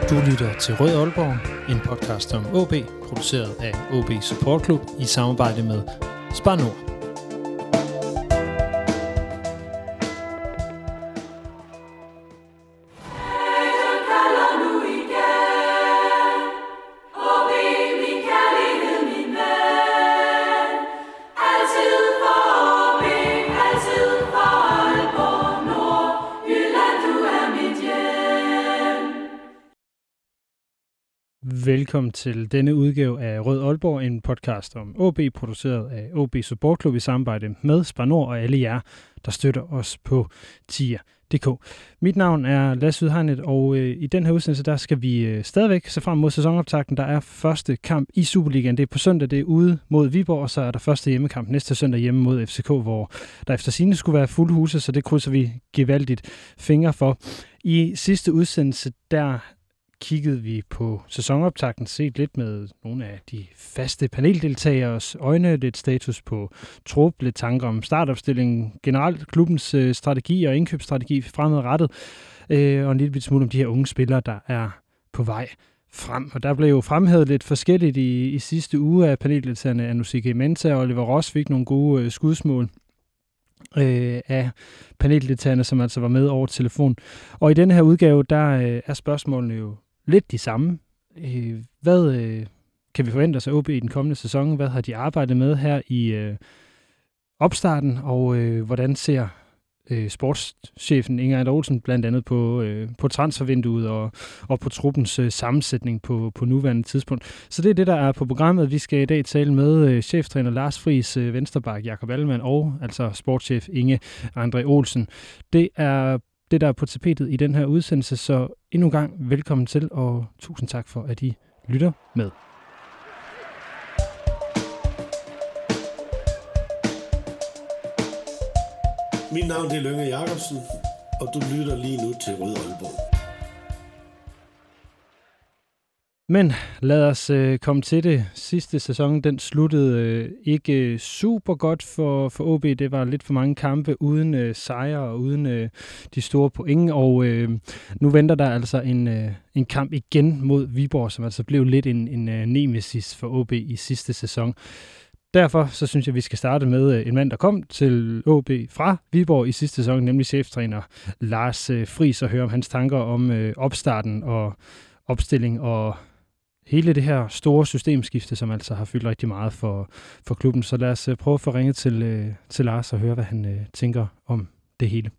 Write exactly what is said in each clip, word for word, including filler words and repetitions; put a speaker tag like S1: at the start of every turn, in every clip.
S1: Du lytter til Rød Aalborg, en podcast om O B, produceret af O B Support Club i samarbejde med Spar Nord. Velkommen til denne udgave af Rød Aalborg, en podcast om O B, produceret af O B Support Club i samarbejde med Spar Nord og alle jer, der støtter os på tier punktum d k. Mit navn er Lasse Udhegnet, og øh, i den her udsendelse, der skal vi øh, stadigvæk se frem mod sæsonoptakten. Der er første kamp i Superligaen. Det er på søndag, det er ude mod Viborg, og så er der første hjemmekamp næste søndag hjemme mod F C K, hvor der efter sigende skulle være fuld huse, så det krydser vi gevaldigt fingre for. I sidste udsendelse, der kiggede vi på sæsonoptakten, set lidt med nogle af de faste paneldeltageres øjne, lidt status på trup, lidt tanker om startopstillingen, generelt klubbens øh, strategi og indkøbsstrategi fremadrettet, øh, og en lille smule om de her unge spillere, der er på vej frem. Og der blev jo fremhævet lidt forskelligt i, i sidste uge af paneldeltagerne. Anusike Menta og Oliver Ross fik nogle gode øh, skudsmål øh, af paneldeltagerne, som altså var med over telefon. Og i denne her udgave, der øh, er spørgsmålene jo lidt de samme. Hvad øh, kan vi forvente os af O B i den kommende sæson? Hvad har de arbejdet med her i øh, opstarten? Og øh, hvordan ser øh, sportschefen Inger Ander Olsen blandt andet på, øh, på transfervinduet og, og på truppens øh, sammensætning på, på nuværende tidspunkt? Så det er det, der er på programmet. Vi skal i dag tale med øh, cheftræner Lars Friis, øh, venstreback Jakob Allemann og altså sportschef Inge Andre Olsen. Det er det, der er på tapetet i den her udsendelse, så endnu en gang velkommen til, og tusind tak for, at I lytter med.
S2: Mit navn er Lønge Jacobsen, og du lytter lige nu til Rød Aalborg.
S1: Men lad os øh, komme til det. Sidste sæson, den sluttede øh, ikke super godt for, for O B. Det var lidt for mange kampe uden øh, sejre og uden øh, de store point. Og øh, nu venter der altså en, øh, en kamp igen mod Viborg, som altså blev lidt en, en øh, nemesis for O B i sidste sæson. Derfor så synes jeg, at vi skal starte med øh, en mand, der kom til O B fra Viborg i sidste sæson, nemlig cheftræner Lars øh, Friis, og høre om hans tanker om øh, opstarten og opstilling og hele det her store systemskifte, som altså har fyldt rigtig meget for, for klubben. Så lad os prøve at få ringet til, øh, til Lars og høre, hvad han øh, tænker om det hele.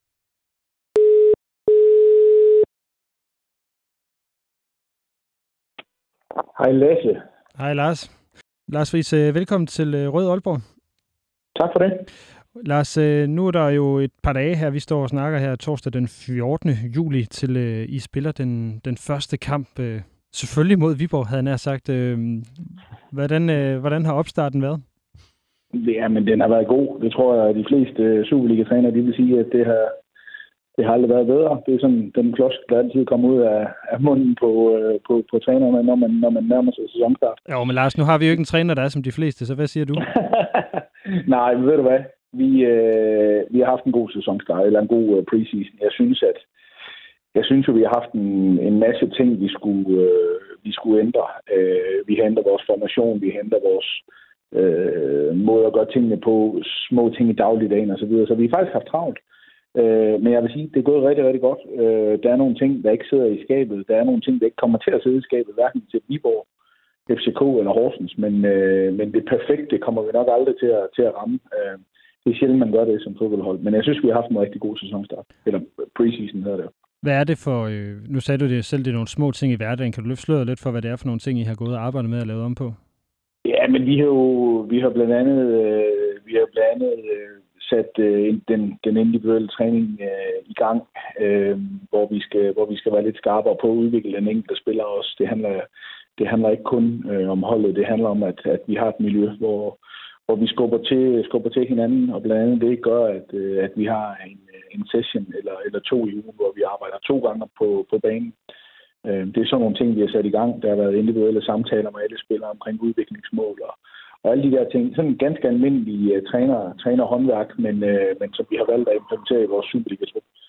S3: Hej Lasse.
S1: Hej Lars. Lars Friis, øh, velkommen til øh, Rød Aalborg.
S3: Tak for det.
S1: Lars, øh, nu er der jo et par dage her, vi står og snakker her torsdag den fjortende juli, til øh, I spiller den, den første kamp, øh, selvfølgelig mod Viborg, havde jeg nær sagt. Øh, hvordan, øh, hvordan har opstarten været?
S3: Ja, men den har været god. Det tror jeg, at de fleste Superliga-trænere, de vil sige, at det har, det har aldrig været bedre. Det er sådan den klosk, der altid kommer ud af, af munden på, øh, på, på trænerne, når man, når man nærmer sig sæsonstart.
S1: Jo, men Lars, nu har vi jo ikke en træner, der er som de fleste, så hvad siger du?
S3: Nej, men ved du hvad? Vi, øh, vi har haft en god sæsonstart, eller en god øh, preseason. Jeg synes, at Jeg synes jo, vi har haft en, en masse ting, vi skulle, øh, vi skulle ændre. Øh, vi har ændret vores formation, vi har ændret vores øh, måde at gøre tingene på, små ting i dagligdagen osv. Så, så vi har faktisk haft travlt. Øh, men jeg vil sige, det er gået rigtig, rigtig godt. Øh, der er nogle ting, der ikke sidder i skabet. Der er nogle ting, der ikke kommer til at sidde i skabet, hverken til Viborg, F C K eller Horsens. Men, øh, men det perfekte kommer vi nok aldrig til at, til at ramme. Øh, det er sjældent, man gør det som fodboldhold. Men jeg synes, vi har haft en rigtig god sæsonstart. Eller preseason hedder det.
S1: Hvad er det for, øh, nu sagde du det selv, det er nogle små ting i hverdagen. Kan du løfte sløret lidt for, hvad det er for nogle ting, I har gået og arbejdet med at lave om på?
S3: Ja, men vi har jo vi har blandt andet, øh, vi har blandt andet øh, sat øh, den, den individuelle træning øh, i gang, øh, hvor, vi skal, hvor vi skal være lidt skarpere på at udvikle den enkelte spiller også. Det handler, det handler ikke kun øh, om holdet, det handler om, at, at vi har et miljø, hvor, hvor vi skubber til, skubber til hinanden, og blandt andet det gør, at, øh, at vi har en en session eller, eller to i ugen, hvor vi arbejder to gange på, på banen. Det er sådan nogle ting, vi har sat i gang. Der har været individuelle samtaler med alle spillere omkring udviklingsmål og, og alle de der ting. Sådan en ganske almindelig uh, træner, trænerhåndværk, men, uh, men som vi har valgt at implementere i vores Superliga-trup.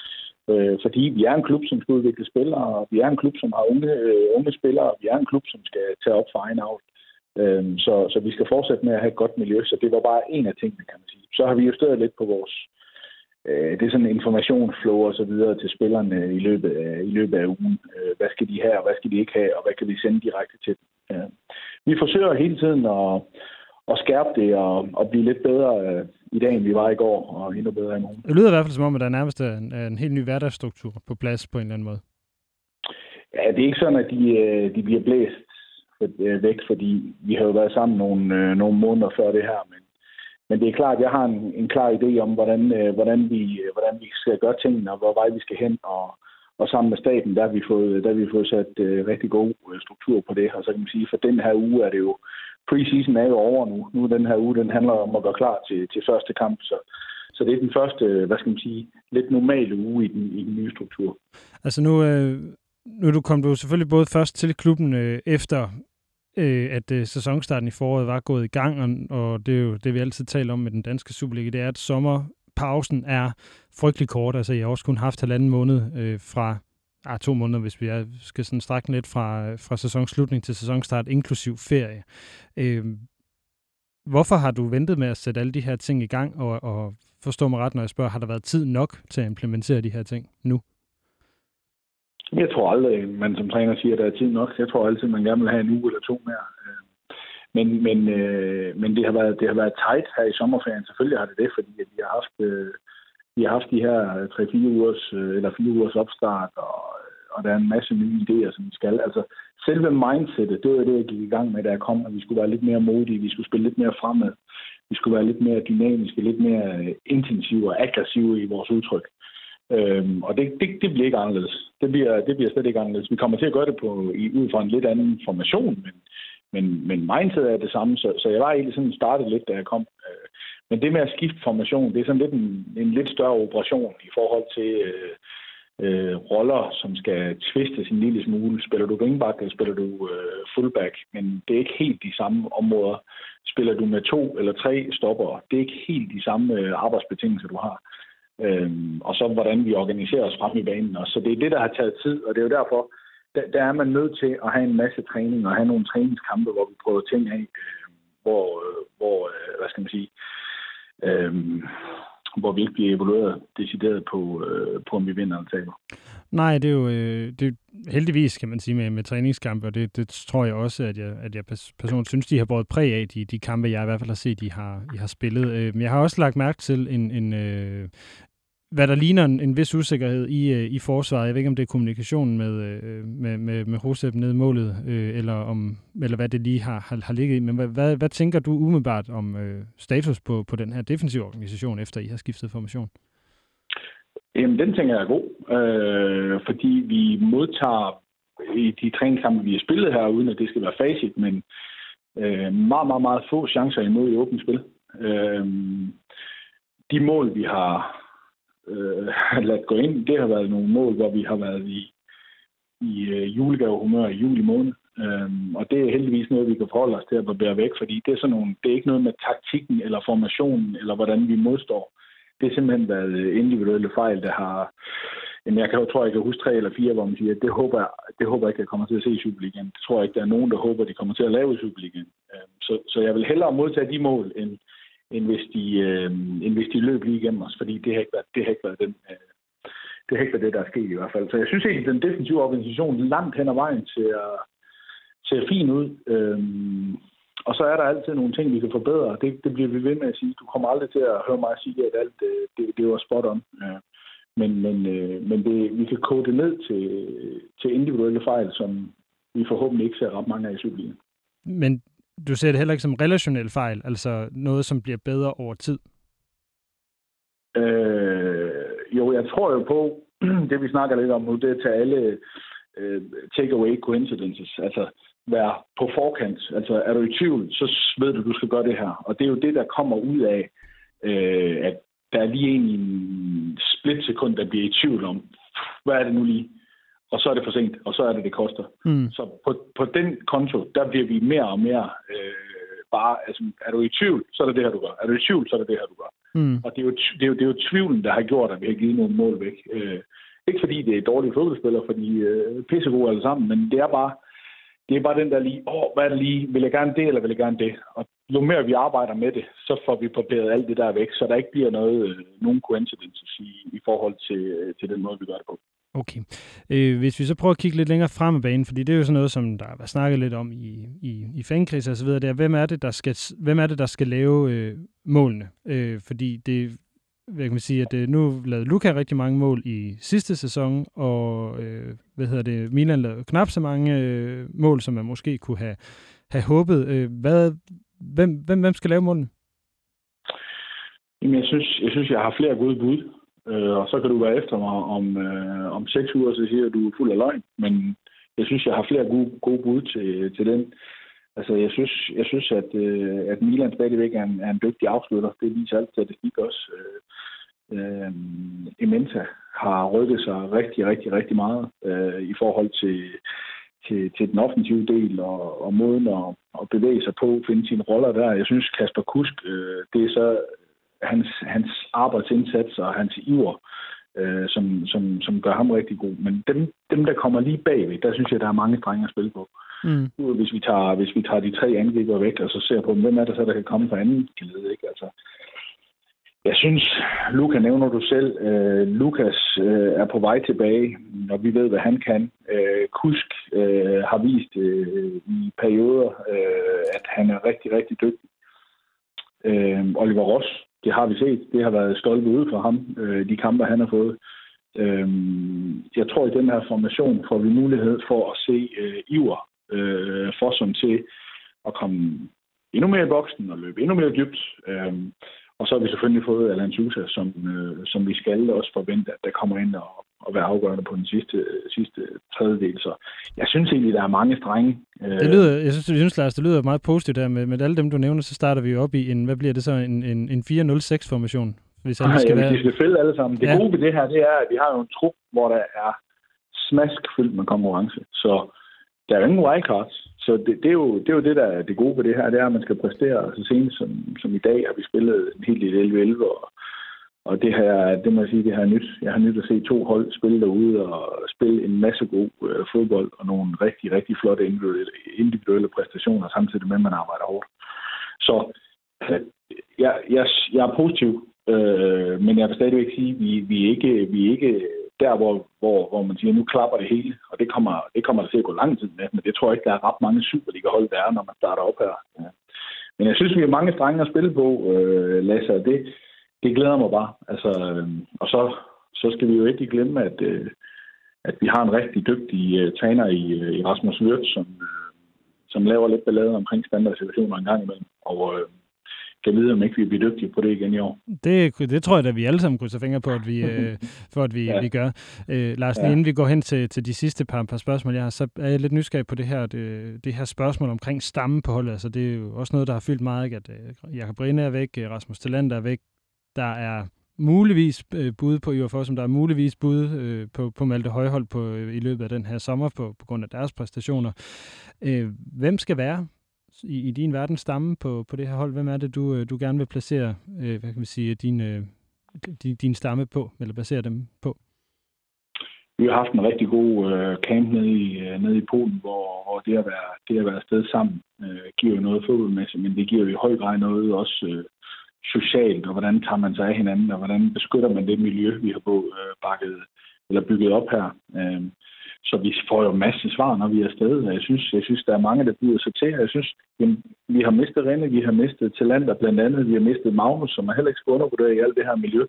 S3: Øh, fordi vi er en klub, som skal udvikle spillere, og vi er en klub, som har unge, øh, unge spillere, og vi er en klub, som skal tage op for egen avl. Øh, så, så vi skal fortsætte med at have et godt miljø, så det var bare en af tingene, kan man sige. Så har vi justeret lidt på vores øh, det er sådan en informationsflow og så videre til spillerne i løbet af, i løbet af ugen. Øh, hvad skal de have, og hvad skal de ikke have, og hvad kan vi sende direkte til dem. Øh, vi forsøger hele tiden at og skærpe det og, og blive lidt bedre øh, i dag, end vi var i går, og endnu bedre i morgen.
S1: Det lyder i hvert fald som om, at der nærmest er en, en helt ny hverdagsstruktur på plads på en eller anden måde.
S3: Ja, det er ikke sådan, at de, de bliver blæst væk, fordi vi har jo været sammen nogle, nogle måneder før det her, men, men det er klart, at jeg har en, en klar idé om, hvordan, hvordan, vi, hvordan vi skal gøre tingene, og hvor vej vi skal hen, og, og sammen med staten, der har vi fået, der har vi fået sat uh, rigtig god struktur på det, og så kan man sige, for den her uge er det jo preseason er jo over nu. Nu den her uge, den handler om at gøre klar til, til første kamp. Så, så det er den første, hvad skal man sige, lidt normale uge i den, i den nye struktur.
S1: Altså nu, øh, nu du kom du selvfølgelig både først til klubben øh, efter, øh, at øh, sæsonstarten i foråret var gået i gang, og, og det er jo det, vi altid taler om med den danske Superliga, det er, at sommerpausen er frygtelig kort. Altså jeg har også kun haft halvanden måned øh, fra Ah, to måneder, hvis vi er, skal sådan strække lidt fra, fra sæsonslutning til sæsonstart, inklusiv ferie. Øh, hvorfor har du ventet med at sætte alle de her ting i gang, og, og forstå mig ret, når jeg spørger, har der været tid nok til at implementere de her ting nu?
S3: Jeg tror aldrig, man som træner siger, at der er tid nok. Jeg tror altid, man gerne vil have en uge eller to mere. Men, men, øh, men det, har været, det har været tight her i sommerferien. Selvfølgelig har det det, fordi vi har haft... Øh, Vi har haft de her tre-fire ugers eller fire ugers opstart, og, og der er en masse nye idéer, som vi skal. Altså, selve mindsetet, det var det, jeg gik i gang med, da jeg kom, at vi skulle være lidt mere modige, vi skulle spille lidt mere fremad, vi skulle være lidt mere dynamiske, lidt mere intensive og aggressive i vores udtryk. Øhm, og det, det, det bliver ikke anderledes. Det bliver, det bliver slet ikke anderledes. Vi kommer til at gøre det på, i, ud fra en lidt anden formation, men, men, men mindsetet er det samme, så, så jeg var egentlig sådan startet lidt, da jeg kom. Men det med at skifte formation, det er sådan lidt en, en lidt større operation i forhold til øh, øh, roller, som skal tvistes en lille smule. Spiller du wingback, eller spiller du øh, fullback, men det er ikke helt de samme områder. Spiller du med to eller tre stopper, det er ikke helt de samme øh, arbejdsbetingelser, du har. Øhm, og så hvordan vi organiserer os frem i banen. Og så det er det, der har taget tid, og det er jo derfor, der, der er man nødt til at have en masse træning og have nogle træningskampe, hvor vi prøver ting af, øh, hvor, øh, hvor øh, hvad skal man sige, Øhm, hvor vi ikke bliver evalueret decideret på, øh, på om vi vinder eller taber.
S1: Nej, det er jo øh, det er heldigvis, kan man sige, med, med træningskampe, og det, det tror jeg også, at jeg, at jeg personligt synes, de har båret præg af, de, de kampe, jeg i hvert fald har set, de har, de har spillet. Øh, men jeg har også lagt mærke til en, en øh, hvad der ligner en, en vis usikkerhed i, øh, i forsvaret. Jeg ved ikke, om det er kommunikationen med, øh, med, med, med Josep nede i målet, øh, eller, om, eller hvad det lige har, har, har ligget i. Men hvad, hvad, hvad tænker du umiddelbart om øh, status på, på den her defensive organisation, efter I har skiftet formation?
S3: Jamen, den tænker jeg er god, øh, fordi vi modtager i de træningskampe, vi har spillet her, uden at det skal være facit, men øh, meget, meget, meget få chancer imod i åbent spil. Øh, de mål, vi har øh, ladt gå ind, det har været nogle mål, hvor vi har været i, i øh, julegavehumør i juli måned. Øh, og det er heldigvis noget, vi kan forholde os til at barbere væk, fordi det er, sådan nogle, det er ikke noget med taktikken eller formationen, eller hvordan vi modstår. Det har simpelthen været individuelle fejl, der har... Jamen, jeg kan jo, tror, jeg kan huske tre eller fire, hvor man siger, at det håber jeg, det håber jeg ikke, jeg kommer til at se i Superligaen. Det tror jeg ikke, der er nogen, der håber, de kommer til at lave i Superligaen. Så, så jeg vil hellere modtage de mål, end, end, hvis, de, øh, end hvis de løb lige igennem os, fordi det har ikke været, det har ikke været, den, øh, det, har ikke været det, der er sket i hvert fald. Så jeg synes egentlig, at den defensive organisation langt hen ad vejen ser, ser fin ud. Øh, Og så er der altid nogle ting, vi kan forbedre. Det, det bliver vi ved med at sige. Du kommer aldrig til at høre mig sige, at alt det, det var spot on. Men, men, men det, vi kan kode det ned til, til individuelle fejl, som vi forhåbentlig ikke ser ret mange af i Superligaen.
S1: Men du ser det heller ikke som relationel fejl, altså noget, som bliver bedre over tid?
S3: Øh, jo, jeg tror jo på, det vi snakker lidt om nu, det er til alle uh, take-away coincidences. Altså, være på forkant. Altså, er du i tvivl, så ved du, du skal gøre det her. Og det er jo det, der kommer ud af, øh, at der er lige en, en splitsekund, der bliver i tvivl om, hvad er det nu lige? Og så er det for sent, og så er det, det koster. Mm. Så på, på den konto, der bliver vi mere og mere øh, bare, altså, er du i tvivl, så er det det her, du gør. Er du i tvivl, så er det det her, du gør. Mm. Og det er, jo, det, er jo, det er jo tvivlen, der har gjort, at vi har givet nogle mål væk. Øh, Ikke fordi det er dårlige fodboldspillere, fordi øh, pissegode alle sammen, men det er bare, det er bare den der lige, åh, hvad er det lige, vil jeg gerne det, eller vil jeg gerne det? Og jo mere vi arbejder med det, så får vi barberet alt det der væk, så der ikke bliver noget, øh, nogen coincidences i, i forhold til, øh, til den måde, vi gør det på.
S1: Okay. Øh, hvis vi så prøver at kigge lidt længere frem i banen, fordi det er jo sådan noget, som der har været snakket lidt om i, i, i fankriser og så videre, det er, hvem er det, der skal, hvem er det, der skal lave øh, målene? Øh, fordi det, hvad kan man sige, at øh, nu lavede Luka rigtig mange mål i sidste sæson, og øh, hvad hedder det, Milan lavede knap så mange øh, mål, som man måske kunne have, have håbet. Øh, hvad, hvem, hvem, hvem skal lave målene?
S3: Jamen, jeg synes, jeg synes, jeg har flere gode bud. Øh, og så kan du være efter mig om, øh, om seks uger, så siger du er fuld af løgn. Men jeg synes, jeg har flere gode, gode bud til, til den. Altså, jeg synes, jeg synes at, øh, at Milan stadigvæk er en, er en dygtig afslutter. Det viser alt statistik også. Øh, øh, Ementa har rykket sig rigtig, rigtig, rigtig meget øh, i forhold til, til, til den offensive del og, og måden at, at bevæge sig på, finde sine roller der. Jeg synes, Kasper Kusk, øh, det er så hans, hans arbejdsindsats og hans iver, øh, som, som, som gør ham rigtig god. Men dem, dem, der kommer lige bagved, der synes jeg, der er mange strenge at spille på. Mm. Hvis vi tager, hvis vi tager de tre angriber væk, og så ser på dem, hvem er der så, der kan komme fra anden glæde, ikke? Altså, jeg synes, Luka nævner du selv, øh, Lukas øh, er på vej tilbage, og vi ved, hvad han kan. Øh, Kusk øh, har vist øh, i perioder, øh, at han er rigtig, rigtig dygtig. Øh, Oliver Ross, det har vi set. Det har været stolpe ude for ham, øh, de kampe, han har fået. Øh, jeg tror, i den her formation får vi mulighed for at se øh, iver øh, for som til at komme endnu mere i boksen og løbe endnu mere dybt. Øh, og så har vi selvfølgelig fået Alan Sousa, som, øh, som vi skal også forvente, at der kommer ind og, og være afgørende på den sidste, sidste tredjedel. Så jeg synes egentlig, der er mange strenge.
S1: Det lyder, jeg synes, jeg synes Lars, det lyder meget positivt der. Med, med alle dem, du nævner, så starter vi op i en, hvad bliver det så, en, en, en fire nul seks formation? Hvis alle skal
S3: ja,
S1: være...
S3: de skal fælde alle sammen. Det ja. Gode ved det her, det er, at vi har jo en trup, hvor der er smaskfyldt med konkurrence. Så der er ingen wildcards. Så det, det, er jo, det er jo det, der er det gode ved det her, det er, at man skal præstere. Så sent som, som i dag har vi spillet en hel del elleve elleve, og, og det her, det må jeg sige, det her er nyt. Jeg har nyt at se to hold spille derude og spille en masse god øh, fodbold og nogle rigtig, rigtig flotte individuelle, individuelle præstationer, samtidig med, at man arbejder hårdt. Så øh, jeg, jeg, jeg er positiv, øh, men jeg vil stadigvæk sige, at vi, vi, ikke, vi er ikke der, hvor, hvor, hvor man siger, nu klapper det hele, og det kommer, det kommer der til at gå lang tid med, men det tror jeg ikke, der er ret mange Superliga-hold, der er, når man starter op her. Ja. Men jeg synes, vi har mange strenge at spille på, øh, Lasse, og det, det glæder mig bare. Altså, øh, og så, så skal vi jo ikke glemme, at, øh, at vi har en rigtig dygtig øh, træner i, øh, i Rasmus Wirtz, som, øh, som laver lidt ballade omkring standardsituationer en gang imellem, og øh, kan vide, om ikke vi bliver dygtige på det igen i år.
S1: Det, det tror jeg, at vi alle sammen krydser fingre på, at vi, øh, for at vi, ja. vi gør. Øh, Lars, ja. Inden vi går hen til, til de sidste par, par spørgsmål, jeg har, så er jeg lidt nysgerrig på det her, det, det her spørgsmål omkring stammen på holdet. Altså, det er jo også noget, der har fyldt meget, ikke? At øh, Jakob Rene er væk, Rasmus Talander er væk, der er muligvis øh, bud på I O F, som der er muligvis bud øh, på, på Malte Højhold på, øh, i løbet af den her sommer på, på grund af deres præstationer. Øh, hvem skal være i, i din verden stamme på, på det her hold? Hvem er det, du, du gerne vil placere øh, hvad kan vi sige, din, øh, din, din stamme på, eller placere dem på?
S3: Vi har haft en rigtig god øh, camp nede i, øh, nede i Polen, hvor, hvor det at være, det at være afsted sammen øh, giver jo noget fodboldmæssigt, men det giver jo i høj grad noget også øh, socialt, og hvordan tager man sig af hinanden, og hvordan beskytter man det miljø, vi har på, øh, bakket, eller bygget op her. Øh, så vi får jo en masse svar, når vi er afsted. Jeg synes, jeg synes, der er mange, der byder sig til. Jeg synes, vi har mistet Rene, vi har mistet Talander blandt andet, vi har mistet Magnus, som er heller ikke skal undervurdere i alt det her miljø.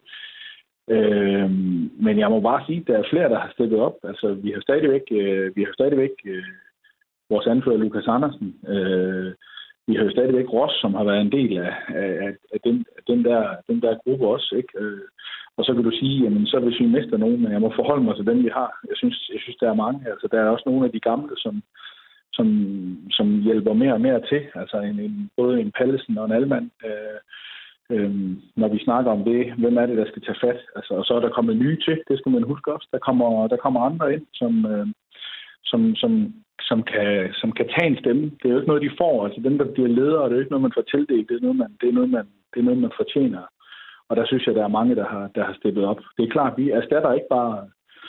S3: Øh, men jeg må bare sige, at der er flere, der har steppet op. Altså, vi har stadigvæk, øh, vi har stadigvæk øh, vores anfører Lukas Andersen. Øh, vi har jo stadigvæk Ross, som har været en del af, af, af, den, af den, der, den der gruppe også, ikke? Øh, og så kan du sige, jamen så hvis vi mister nogen, men jeg må forholde mig til dem, vi har. Jeg synes, jeg synes der er mange. Altså, der er også nogle af de gamle, som, som, som hjælper mere og mere til. Altså en, en, både en Pallesen og en Almand. Øh, Øhm, når vi snakker om det, hvem er det, der skal tage fat? Altså, og så er der kommet nye til, det skal man huske også. Der kommer, der kommer andre ind, som, øh, som, som, som, kan, som kan tage en stemme. Det er jo ikke noget, de får. Altså dem, der bliver ledere, det er jo ikke noget, man får tildelt. Det er noget, man, det er noget, man, det er noget, man fortjener. Og der synes jeg, der er mange, der har, der har steppet op. Det er klart, vi erstatter ikke bare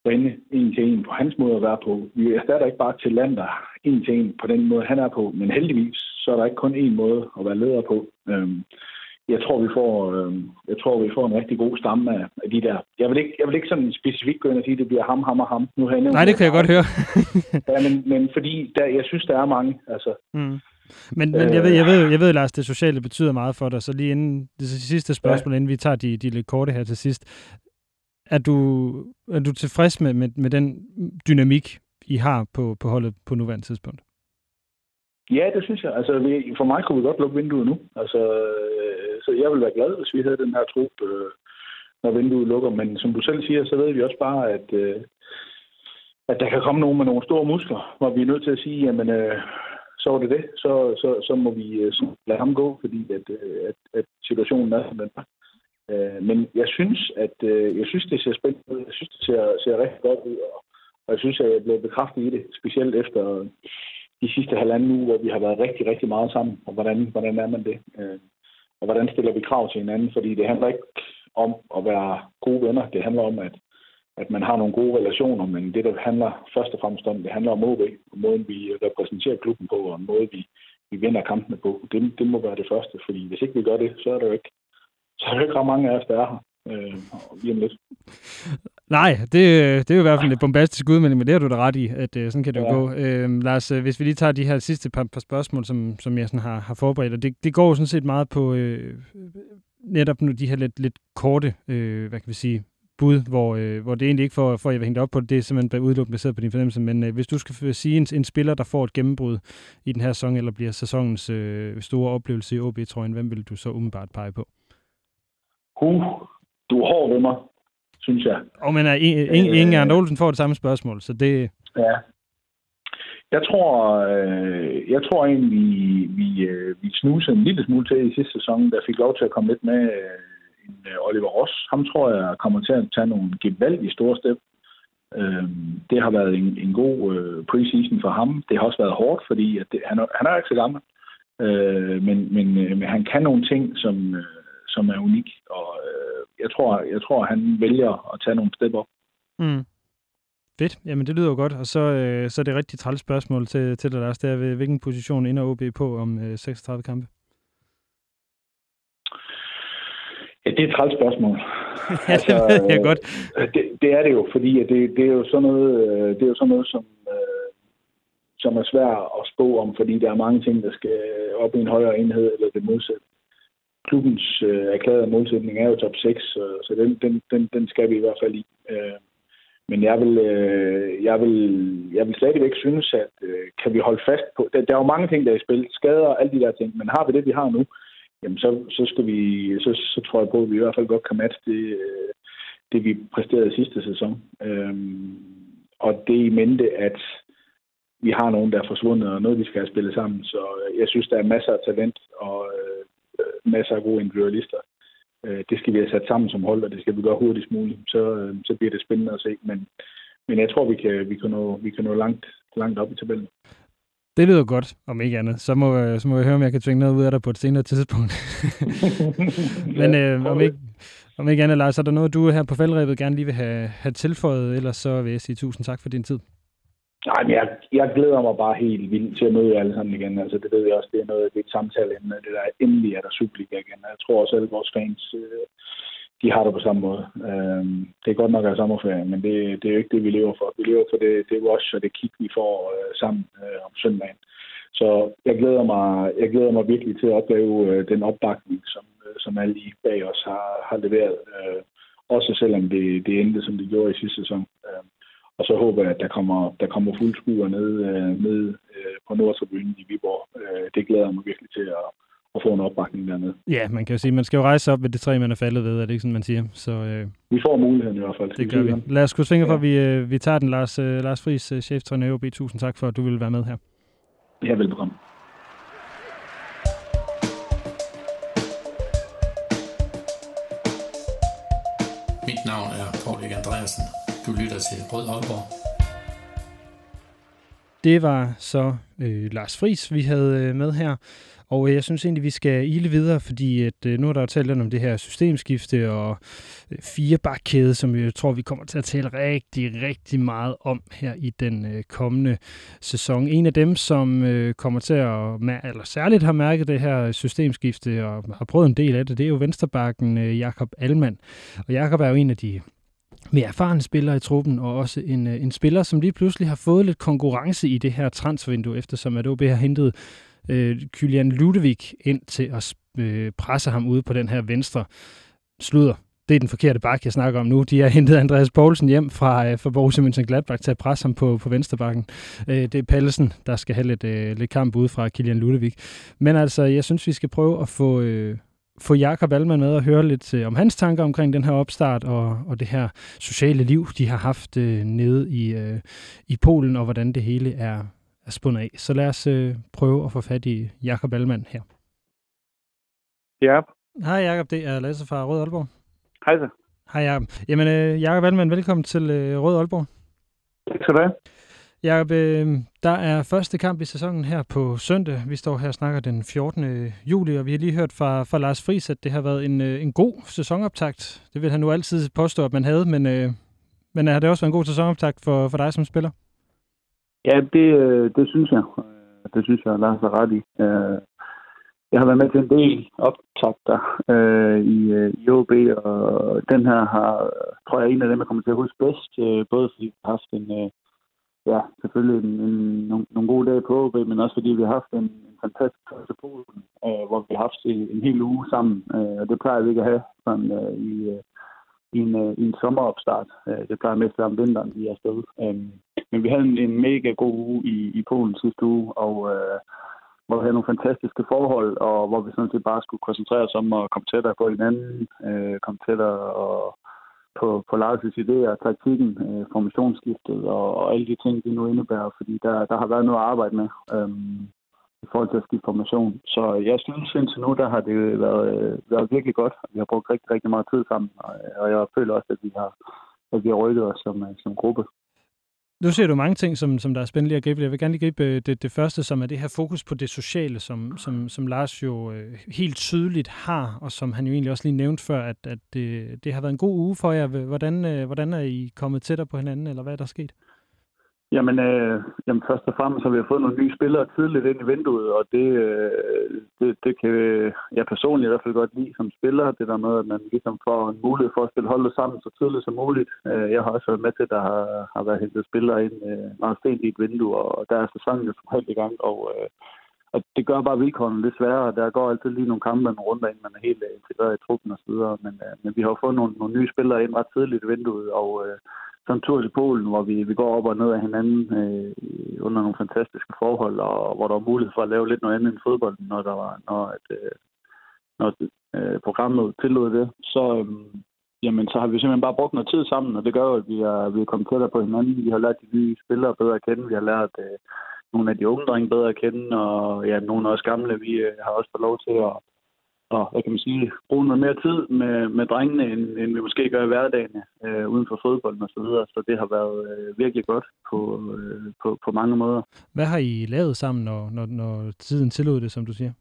S3: Brinde en til en på hans måde at være på. Vi erstatter ikke bare Tillander en til en på den måde, han er på, men heldigvis så er der ikke kun én måde at være leder på. Øhm, jeg tror, vi får, øhm, jeg tror, vi får en rigtig god stamme af, af de der. Jeg vil ikke, jeg vil ikke sådan specifikt gå ind og sige, at det bliver ham, ham og ham. Nu har jeg
S1: Nej, det kan jeg godt høre.
S3: ja, men, men fordi der, jeg synes, der er mange. Altså.
S1: Mm. Men, men jeg, ved, jeg, ved, jeg ved, Lars, det sociale betyder meget for dig, så lige inden det sidste spørgsmål, ja. Inden vi tager de, de lidt korte her til sidst. Er du, er du tilfreds med, med, med den dynamik, I har på, på holdet på nuværende tidspunkt?
S3: Ja, det synes jeg. Altså, vi, for mig kunne vi godt lukke vinduet nu. Altså, øh, så jeg ville være glad, hvis vi havde den her trup, øh, når vinduet lukker. Men som du selv siger, så ved vi også bare, at, øh, at der kan komme nogen med nogle store muskler, hvor vi er nødt til at sige, jamen, øh, så var det det. Så, så, så må vi øh, så lade ham gå, fordi at, øh, at, at situationen er, som den er. Øh, men jeg synes, at øh, jeg synes, det ser spændende ud. Jeg synes, det ser, ser rigtig godt ud. Og, og jeg synes, at jeg er blevet bekræftet i det, specielt efter de sidste halvanden uge, hvor vi har været rigtig, rigtig meget sammen. Og hvordan, hvordan er man det? Øh, og hvordan stiller vi krav til hinanden? Fordi det handler ikke om at være gode venner. Det handler om, at, at man har nogle gode relationer. Men det, der handler først og fremmest om, det handler om O B. Og måden, vi repræsenterer klubben på, og måden, vi, vi vinder kampene på. Det, det må være det første. Fordi hvis ikke vi gør det, så er det jo ikke, så er det ikke ret mange af os, der er her. Øh, lige om lidt.
S1: Nej, det, det er jo i hvert fald et bombastisk udmelding, men det har du da ret i, at uh, sådan kan det jo ja. gå. Uh, Lars, uh, hvis vi lige tager de her sidste par, par spørgsmål, som, som jeg sådan har, har forberedt, og det, det går jo sådan set meget på uh, netop nu de her lidt, lidt korte, uh, hvad kan vi sige, bud, hvor, uh, hvor det egentlig ikke får, får jeg hængt op på det, det er simpelthen udelukkende baseret på din fornemmelse, men uh, hvis du skal sige en, en spiller, der får et gennembrud i den her sæson, eller bliver sæsonens uh, store oplevelse i O B-trøjen, hvem vil du så umiddelbart pege på?
S3: Uh, du er hård ved mig, synes jeg.
S1: Og men ingen Inge Arndt Olsen får det samme spørgsmål, så det...
S3: Ja. Jeg tror, øh, jeg tror egentlig, vi, vi, øh, vi snusede en lille smule til i sidste sæson, der fik lov til at komme lidt med øh, en øh, Oliver Ross. Ham tror jeg kommer til at tage nogle gevaldige store step. Øh, det har været en, en god øh, preseason for ham. Det har også været hårdt, fordi at det, han, er, han er ikke så gammel. Øh, men, men, øh, men han kan nogle ting, som... Øh, som er unik, og øh, jeg tror, jeg tror, han vælger at tage nogle step op.
S1: Mm. Fedt. Jamen, det lyder jo godt. Og så, øh, så er det et rigtig træls spørgsmål til, til dig, Lars. Det er, ved hvilken position ender O B på om øh, seksogtredive kampe?
S3: Ja, det er et træls spørgsmål.
S1: Ja, det altså, ved jeg godt.
S3: Det, det er det jo, fordi det, det er jo sådan noget, det er jo sådan noget som, øh, som er svært at spå om, fordi der er mange ting, der skal op i en højere enhed, eller det modsatte. Klubbens øh, erklærede målsætning er jo top seks, så, så den, den, den, den skal vi i hvert fald i. Øh, men jeg vil, øh, jeg, vil, jeg vil stadigvæk synes, at øh, kan vi holde fast på... Der, der er jo mange ting, der er i spil. Skader og alle de der ting. Men har vi det, vi har nu, jamen så, så, skal vi, så, så tror jeg på, at vi i hvert fald godt kan matche det, øh, det vi præsterede sidste sæson. Øh, og det i mente, at vi har nogen, der er forsvundet, og noget, vi skal have spillet sammen. Så jeg synes, der er masser af talent, og... Øh, masser af gode individualister. Det skal vi have sat sammen som hold, og det skal vi gøre hurtigst muligt. Så, så bliver det spændende at se. Men, men jeg tror, vi kan, vi kan nå, vi kan nå langt, langt op i tabellen.
S1: Det lyder godt, om ikke andet. Så må, så må jeg høre, om jeg kan tvinge noget ud af dig på et senere tidspunkt. Men ja, øh, om, ikke, om ikke andet, Lars, er der noget, du her på faldrebet gerne lige vil have, have tilføjet? Ellers så vil jeg sige tusind tak for din tid.
S3: Nej, men jeg, jeg glæder mig bare helt vildt til at møde jer alle sammen igen. Altså, det ved jeg også, det er noget af et samtaleemne. Det der endelig er der Superliga igen. Jeg tror også, at vores fans, de har det på samme måde. Det er godt nok af sommerferie, men det, det er jo ikke det, vi lever for. Vi lever for det, det er også det kick, vi får sammen om søndagen. Så jeg glæder mig, jeg glæder mig virkelig til at opleve den opbakning, som, som alle I bag os har, har leveret. Også selvom det, det endte, som det gjorde i sidste sæson. Og så håber jeg, at der kommer, der kommer fuld skuer ned, ned på Nordtribunen i Viborg. Det glæder jeg mig virkelig til at, at få en opbakning dernede.
S1: Ja, man kan jo sige, at man skal jo rejse op ved det træ, man er faldet ved. Er det ikke sådan, man siger? Så, øh,
S3: vi får muligheden i hvert fald.
S1: Det gør vi. Lad os kunne svinge for, at vi, øh, vi tager den. Lars, øh, Lars Friis, cheftræner i O B. Tusind tak for, at du ville være med her.
S3: Ja, velbekomme.
S4: Mit navn er Poul Erik Andreasen. Du lytter til Rød Aalborg.
S1: Det var så øh, Lars Friis, vi havde øh, med her. Og jeg synes egentlig, vi skal ile videre, fordi at, nu er der talt lidt om det her systemskifte og fire bakkæde, som jeg tror, vi kommer til at tale rigtig, rigtig meget om her i den øh, kommende sæson. En af dem, som øh, kommer til at, eller særligt har mærket det her systemskifte og har prøvet en del af det, det er jo venstrebacken øh, Jakob Allmann. Og Jakob er jo en af de mere erfarne spillere i truppen, og også en, en spiller, som lige pludselig har fået lidt konkurrence i det her transfervindue, eftersom at O B har hentet øh, Kylian Ludovic ind til at øh, presse ham ude på den her venstre sludder. Det er den forkerte bak, jeg snakker om nu. De har hentet Andreas Poulsen hjem fra, øh, fra Borussia Mönchengladbach til at presse ham på, på venstrebakken. Øh, det er Pallesen, der skal have lidt, øh, lidt kamp ude fra Kylian Ludovic. Men altså, jeg synes, vi skal prøve at få... Øh, få Jakob Allmann med og høre lidt øh, om hans tanker omkring den her opstart og, og det her sociale liv, de har haft øh, nede i, øh, i Polen, og hvordan det hele er, er spundet af. Så lad os øh, prøve at få fat i Jakob Allmann her.
S5: Ja.
S1: Hej Jakob, det er Lasse fra Rød Aalborg.
S5: Hej så.
S1: Hej Jakob. Jamen øh, Jakob Allmann, velkommen til øh, Rød Aalborg.
S5: Tak skal du have.
S1: Jakob, øh, der er første kamp i sæsonen her på søndag. Vi står her og snakker den fjortende juli, og vi har lige hørt fra, fra Lars Friis, at det har været en, en god sæsonoptakt. Det vil han nu altid påstå, at man havde, men, øh, men har det også været en god sæsonoptakt for, for dig som spiller?
S5: Ja, det, det synes jeg. Det synes jeg, Lars er ret i. Jeg har været med til en del optakter øh, i, i O B, og den her har, tror jeg, er en af dem, jeg kommer til at huske bedst, øh, både fordi vi har haft en... Øh, Ja, selvfølgelig en, en, nogle, nogle gode dage på O B, men også fordi vi har haft en, en fantastisk første Polen, øh, hvor vi har haft en, en hel uge sammen. Øh, og det plejer vi ikke at have sådan, øh, i, øh, i, en, øh, i en sommeropstart. Øh, det plejer mest om vinteren, vi er afsted. Øh, men vi havde en, en mega god uge i, i Polen sidste uge, og øh, hvor vi havde nogle fantastiske forhold, og hvor vi sådan set bare skulle koncentrere os om at komme tættere på hinanden, øh, komme tættere og på, på Lars' idéer, taktikken, øh, formationsskiftet og, og alle de ting, det nu indebærer, fordi der, der har været noget at arbejde med øhm, i forhold til at skifte formation. Så jeg synes indtil nu, der har det været, øh, været virkelig godt. Vi har brugt rigtig, rigtig meget tid sammen, og, og jeg føler også, at vi har, at vi har rykket os som, som gruppe.
S1: Nu ser du mange ting, som, som der er spændende at gribe. Jeg vil gerne lige gribe det, det første, som er det her fokus på det sociale, som, som, som Lars jo øh, helt tydeligt har, og som han jo egentlig også lige nævnte før, at, at det, det har været en god uge for jer. Hvordan, øh, hvordan er I kommet tættere på hinanden, eller hvad er der sket?
S5: Jamen, øh, jamen først og fremmest har vi fået nogle nye spillere tidligt ind i vinduet, og det, øh, det, det kan jeg personligt i hvert fald godt lide som spiller. Det der med, at man ligesom får en mulighed for at spille holdet sammen så tidligt som muligt. Øh, jeg har også været med til, at der har, har været hentet spillere ind øh, meget sent i et vindue, og der er sæsonen jo som helt i gang, og, øh, og det gør bare vilkårene lidt sværere. Der går altid lige nogle kampe nogle runder, inden man er helt integreret i truppen og så videre, men, øh, men vi har fået nogle, nogle nye spillere ind ret tidligt i vinduet, og øh, sådan en tur til Polen, hvor vi, vi går op og ned af hinanden øh, under nogle fantastiske forhold, og hvor der var mulighed for at lave lidt noget andet end fodbold, når der var, når, at, øh, når øh, programmet tillod det. Så, øh, jamen, så har vi simpelthen bare brugt noget tid sammen, og det gør jo, at vi er, vi er kommet tættere på hinanden. Vi har lært de nye spillere bedre at kende. Vi har lært øh, nogle af de unge drenge bedre at kende, og ja, nogle af os gamle, vi øh, har også fået lov til at og hvad kan man sige, bruge noget mere tid med, med drengene, end, end vi måske gør i hverdagen øh, uden for fodbolden og så videre. Så det har været øh, virkelig godt på, øh, på, på mange måder.
S1: Hvad har I lavet sammen, når, når, når tiden tillod det, som du siger?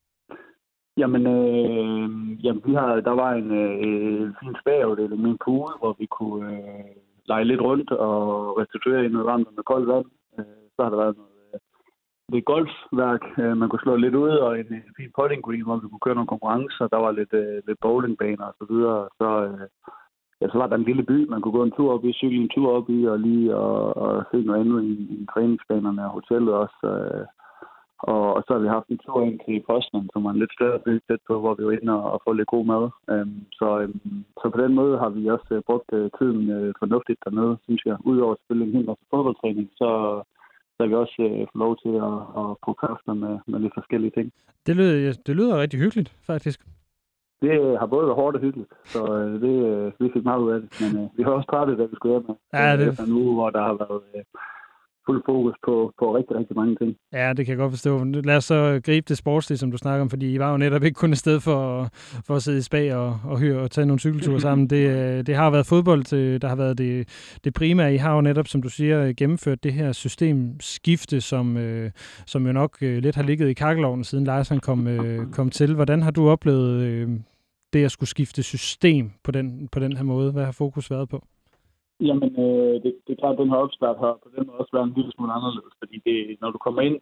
S5: Jamen, øh, jamen vi har, der var en øh, fin spagafdeling med en pool, hvor vi kunne øh, lege lidt rundt og restituere i noget varmt med koldt vand. Øh, så har der været noget det golfværk, man kunne slå lidt ud, og en, en fin putting green, hvor vi kunne køre nogle konkurrencer. Der var lidt, uh, lidt bowlingbaner og så videre. Så, uh, ja, så var der en lille by, man kunne gå en tur op i, cykle en tur op i, og lige og, og se noget andet i, i træningsbanerne og hotellet også. Uh, og, og så har vi haft en tur ind til Poznan, som var en lidt større by tæt på, hvor vi var inde og, og få lidt god mad. Um, så, um, så på den måde har vi også uh, brugt uh, tiden uh, fornuftigt dernede, synes jeg. Udover selvfølgelig en hel masse fodboldtræning, så så har vi også øh, fået lov til at, at få kræfter med, med lidt forskellige ting.
S1: Det lyder, det lyder rigtig hyggeligt, faktisk.
S5: Det har både været hårdt og hyggeligt, så øh, det, øh, vi fik meget ud af det. Men øh, vi har også trættet, da vi skulle hjem med.
S1: Ja, det...
S5: Efter en uge, hvor der har været øh, fuld fokus på, på rigtig, rigtig mange ting.
S1: Ja, det kan jeg godt forstå. Lad os så gribe det sportslige, som du snakker om, fordi I var jo netop ikke kun et sted for, for at sidde i spag og, og høre og tage nogle cykelture sammen. Det, det har været fodbold, der har været det, det primære. I har jo netop, som du siger, gennemført det her systemskifte, som, øh, som jo nok øh, lidt har ligget i kakkelovnen, siden Larsen kom, øh, kom til. Hvordan har du oplevet øh, det at skulle skifte system på den, på den her måde? Hvad har fokus været på?
S5: Jamen, øh, det, det er klart, at den her opstart har på den måde også været en lille smule anderledes, fordi det, når du kommer ind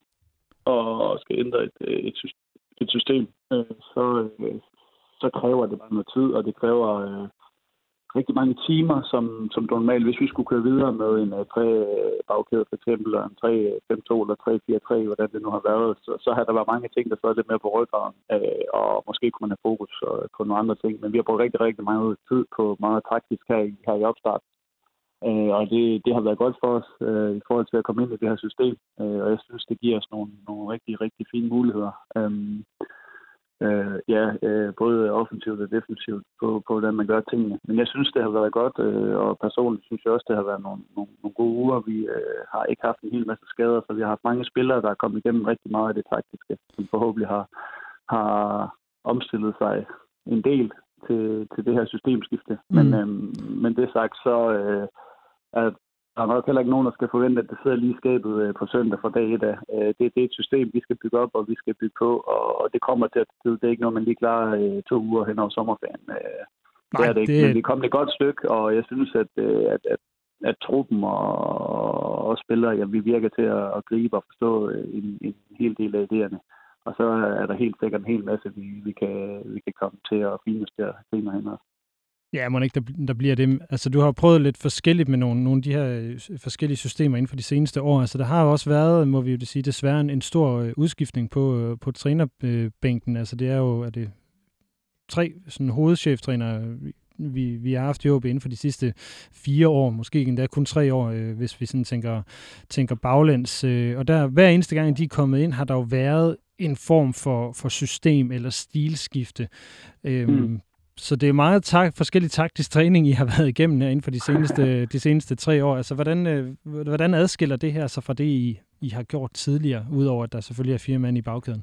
S5: og skal ændre et, et, et system, øh, så, øh, så kræver det bare noget tid, og det kræver øh, rigtig mange timer, som, som normalt, hvis vi skulle køre videre med en uh, tre-bagkæde for eksempel, eller en tre fem to eller tre fire tre, hvordan det nu har været, så, så har der været mange ting, der sad lidt mere på ryggraden, øh, og måske kunne man have fokus øh, på nogle andre ting, men vi har brugt rigtig, rigtig meget tid på meget taktisk her i, her i opstart. Uh, og det, det har været godt for os uh, i forhold til at komme ind i det her system, uh, og jeg synes, det giver os nogle, nogle rigtig, rigtig fine muligheder. Um, uh, ja, uh, både offensivt og defensivt på, på, hvordan man gør tingene. Men jeg synes, det har været godt, uh, og personligt synes jeg også, det har været nogle, nogle, nogle gode uger. Vi uh, har ikke haft en hel masse skader, så vi har haft mange spillere, der er kommet igennem rigtig meget af det taktiske, som forhåbentlig har, har omstillet sig en del til, til det her systemskifte. Mm. Men, øhm, men det sagt, så øh, er der nok heller ikke nogen, der skal forvente, at det sidder lige i skabet øh, på søndag fra dag et af. Øh, det, det er et system, vi skal bygge op, og vi skal bygge på, og, og det kommer til at det er ikke noget, man lige klarer øh, to uger hen over sommerferien. Øh, Nej, det er det ikke, det... men vi er kommet et godt stykke, og jeg synes, at, øh, at, at, at truppen og, og spillere, ja, vi virker til at, at gribe og forstå øh, en, en hel del af idéerne. Og så er der helt sikkert en hel masse, vi, vi, kan, vi kan komme til at finjustere senere hen også.
S1: Ja, må ikke, der, der bliver det. Altså, du har prøvet lidt forskelligt med nogle, nogle af de her forskellige systemer inden for de seneste år. Altså, der har jo også været, må vi jo sige, desværre en, en stor udskiftning på, på trænerbænken. Altså, det er jo er det tre sådan, hovedcheftrænere, vi, vi har haft i O B inden for de sidste fire år, måske endda kun tre år, øh, hvis vi sådan tænker, tænker baglæns. Øh, og der, hver eneste gang, de er kommet ind, har der jo været en form for, for system eller stilskifte. Øhm, mm. Så det er meget tak, forskellig taktisk træning, I har været igennem her inden for de seneste, de seneste tre år. Altså, hvordan, øh, hvordan adskiller det her så fra det, I, I har gjort tidligere, udover at der selvfølgelig er fire mand i bagkæden?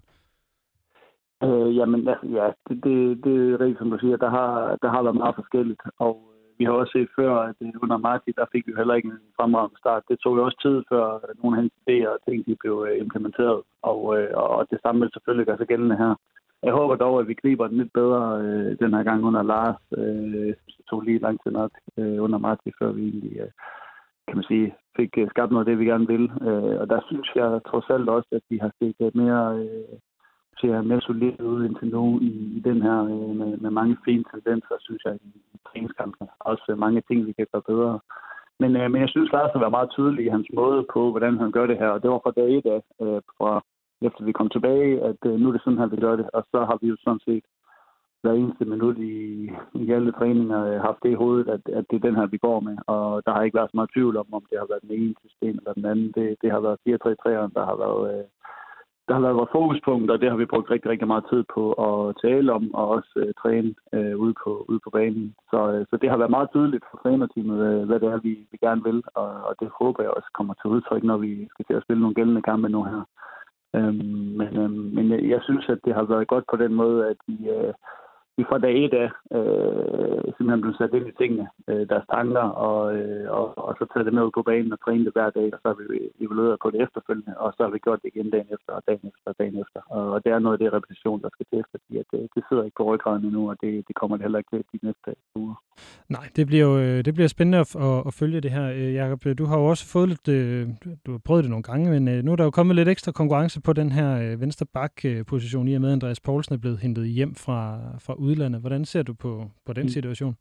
S5: Øh, jamen, ja, det, det, det er rigtigt, som du siger. Der har, der har været meget forskelligt, og vi har også set før, at under Marti, der fik vi heller ikke en fremragende start. Det tog jo også tid, før nogle af hans idéer og ting, de blev implementeret, og, og det samme vil selvfølgelig gøre sig gældende her. Jeg håber dog, at vi griber den lidt bedre øh, den her gang under Lars. Øh, det tog lige lang tid nok øh, under Marti, før vi egentlig, øh, kan man sige, fik skabt noget af det, vi gerne vil. Øh, og der synes jeg trods alt også, at vi har set mere... Øh, ser mere solid ud indtil nu i, i den her, øh, med, med mange fine tendenser, synes jeg, i, i træningskampene. Også mange ting, vi kan gøre bedre. Men, øh, men jeg synes, Lars har været meget tydelig i hans måde på, hvordan han gør det her. Og det var fra dag et af, øh, fra efter vi kom tilbage, at øh, nu er det sådan, han vil gøre det. Og så har vi jo sådan set hver eneste minut i, i alle træninger øh, haft det i hovedet, at, at det er den her, vi går med. Og der har ikke været så meget tvivl om, om det har været den ene system eller den anden. Det, det har været fire tre tre'eren, der har været... Øh, Der har været vores fokuspunkt, og det har vi brugt rigtig, rigtig meget tid på at tale om, og også uh, træne uh, ude, på, ude på banen. Så, uh, så det har været meget tydeligt for trænerteamet, uh, hvad det er, vi, vi gerne vil, og, og det håber jeg også kommer til udtryk, når vi skal til at spille nogle gældende kampe nu her. Um, men um, men jeg, jeg synes, at det har været godt på den måde, at vi... Uh, Vi fra dag et af øh, simpelthen blevet sat ind i tingene, øh, deres tanker, og, øh, og, og så taget det med ud på banen og træne det hver dag, og så har vi evalueret på det efterfølgende, og så har vi gjort det igen dagen efter, og dagen efter, og dagen efter. Og, og det er noget af det repetition, der skal til, fordi at, det, det sidder ikke på ryggraden endnu, og det, det kommer det heller ikke til de næste uger. Nej,
S1: det bliver jo det bliver spændende at, at, at følge det her. Jakob, du har jo også fået lidt, du har prøvet det nogle gange, men nu er der jo kommet lidt ekstra konkurrence på den her venstre bak-position, i og med at Andreas Poulsen er blevet hentet hjem fra, fra udlandet. Hvordan ser du på, på den situation?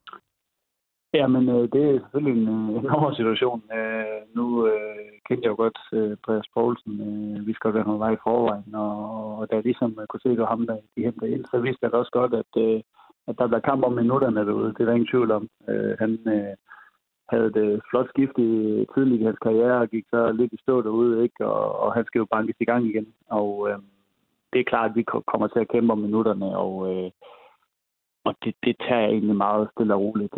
S5: Ja, men det er selvfølgelig en enorm situation. Øh, nu øh, kendte jeg jo godt øh, Andreas Poulsen. Øh, vi skal jo være noget vej i forvejen, og, og da jeg ligesom kunne se, at det var ham, der de hentede ind, så vidste jeg også godt, at, øh, at der bliver kamp om minutterne derude. Det er der ingen tvivl om. Øh, han øh, havde et flot skift i tidligt i hans karriere, og gik så lidt i stå derude, ikke? Og, og han skal jo bankes i gang igen. Og øh, det er klart, at vi kommer til at kæmpe om minutterne, og øh, og det, det tager jeg egentlig meget stille og roligt.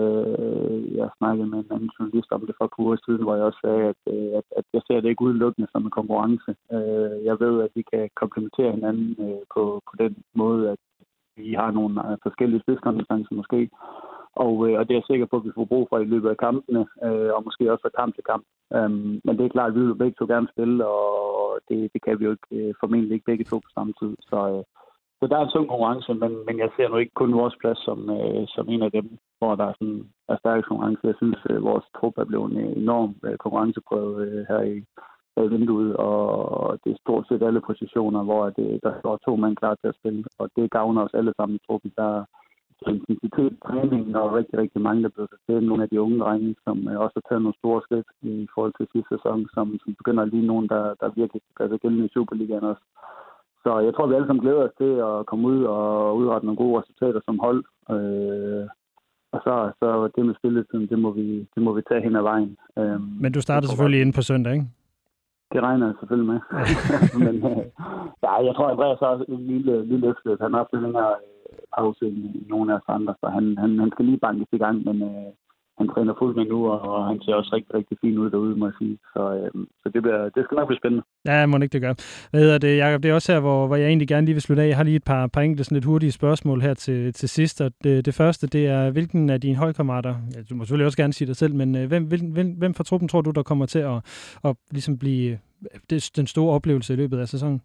S5: Øh, jeg snakkede med en anden journalist om det for et par uger siden, hvor jeg også sagde, at, at, at jeg ser det ikke udelukkende som en konkurrence. Øh, jeg ved, at vi kan komplementere hinanden øh, på, på den måde, at vi har nogle forskellige spidskompetencer måske. Og, øh, og det er jeg sikker på, at vi får brug for i løbet af kampene, øh, og måske også fra kamp til kamp. Um, men det er klart, at vi vil begge to gerne spille, og det, det kan vi jo ikke, øh, formentlig ikke begge to på samme tid. Så, øh, så der er en sund konkurrence, men, men jeg ser nu ikke kun vores plads som, øh, som en af dem, hvor der er, sådan, er stærk konkurrence. Jeg synes, at vores trup er blevet en enorm øh, konkurrenceprøve øh, her i, i vinduet, og det er stort set alle positioner, hvor det, der står to mand klar til at spille, og det gavner os alle sammen i truppen. Der intensitet, træning og rigtig, rigtig mange, der bliver til. Nogle af de unge drenge, som også har taget nogle store skridt i forhold til sidste sæson, som, som begynder at ligne nogen, der, der virkelig gør sig gældende i Superligaen også. Så jeg tror, vi alle sammen glæder os til at komme ud og udrette nogle gode resultater som hold. Øh, og så, så det med spilletiden, det må vi, det må vi tage hen ad vejen. Øh,
S1: Men du starter selvfølgelig inde på søndag, ikke?
S5: Det regner jeg selvfølgelig med. Men øh, ja, jeg tror, Andreas har en lille, lille efterløb. Han har haft en længere pause end nogle af os andre, så han, han, han skal lige bankes i gang, men øh, han træner fuldt med nu, og, og han ser også rigtig, rigtig fint ud derude, må jeg sige. Så, øh, så det, bliver, det skal nok blive spændende.
S1: Ja, må ikke det gøre. Hvad hedder det, Jacob? Det er også her, hvor, hvor jeg egentlig gerne lige vil slutte af. Jeg har lige et par, par enkelte sådan lidt hurtige spørgsmål her til, til sidst. Og det, det første, det er, hvilken af dine holdkammerater, ja, du må selvfølgelig også gerne sige dig selv, men øh, hvem, hvem, hvem fra truppen tror du, der kommer til at, at ligesom blive det, den store oplevelse i løbet af sæsonen?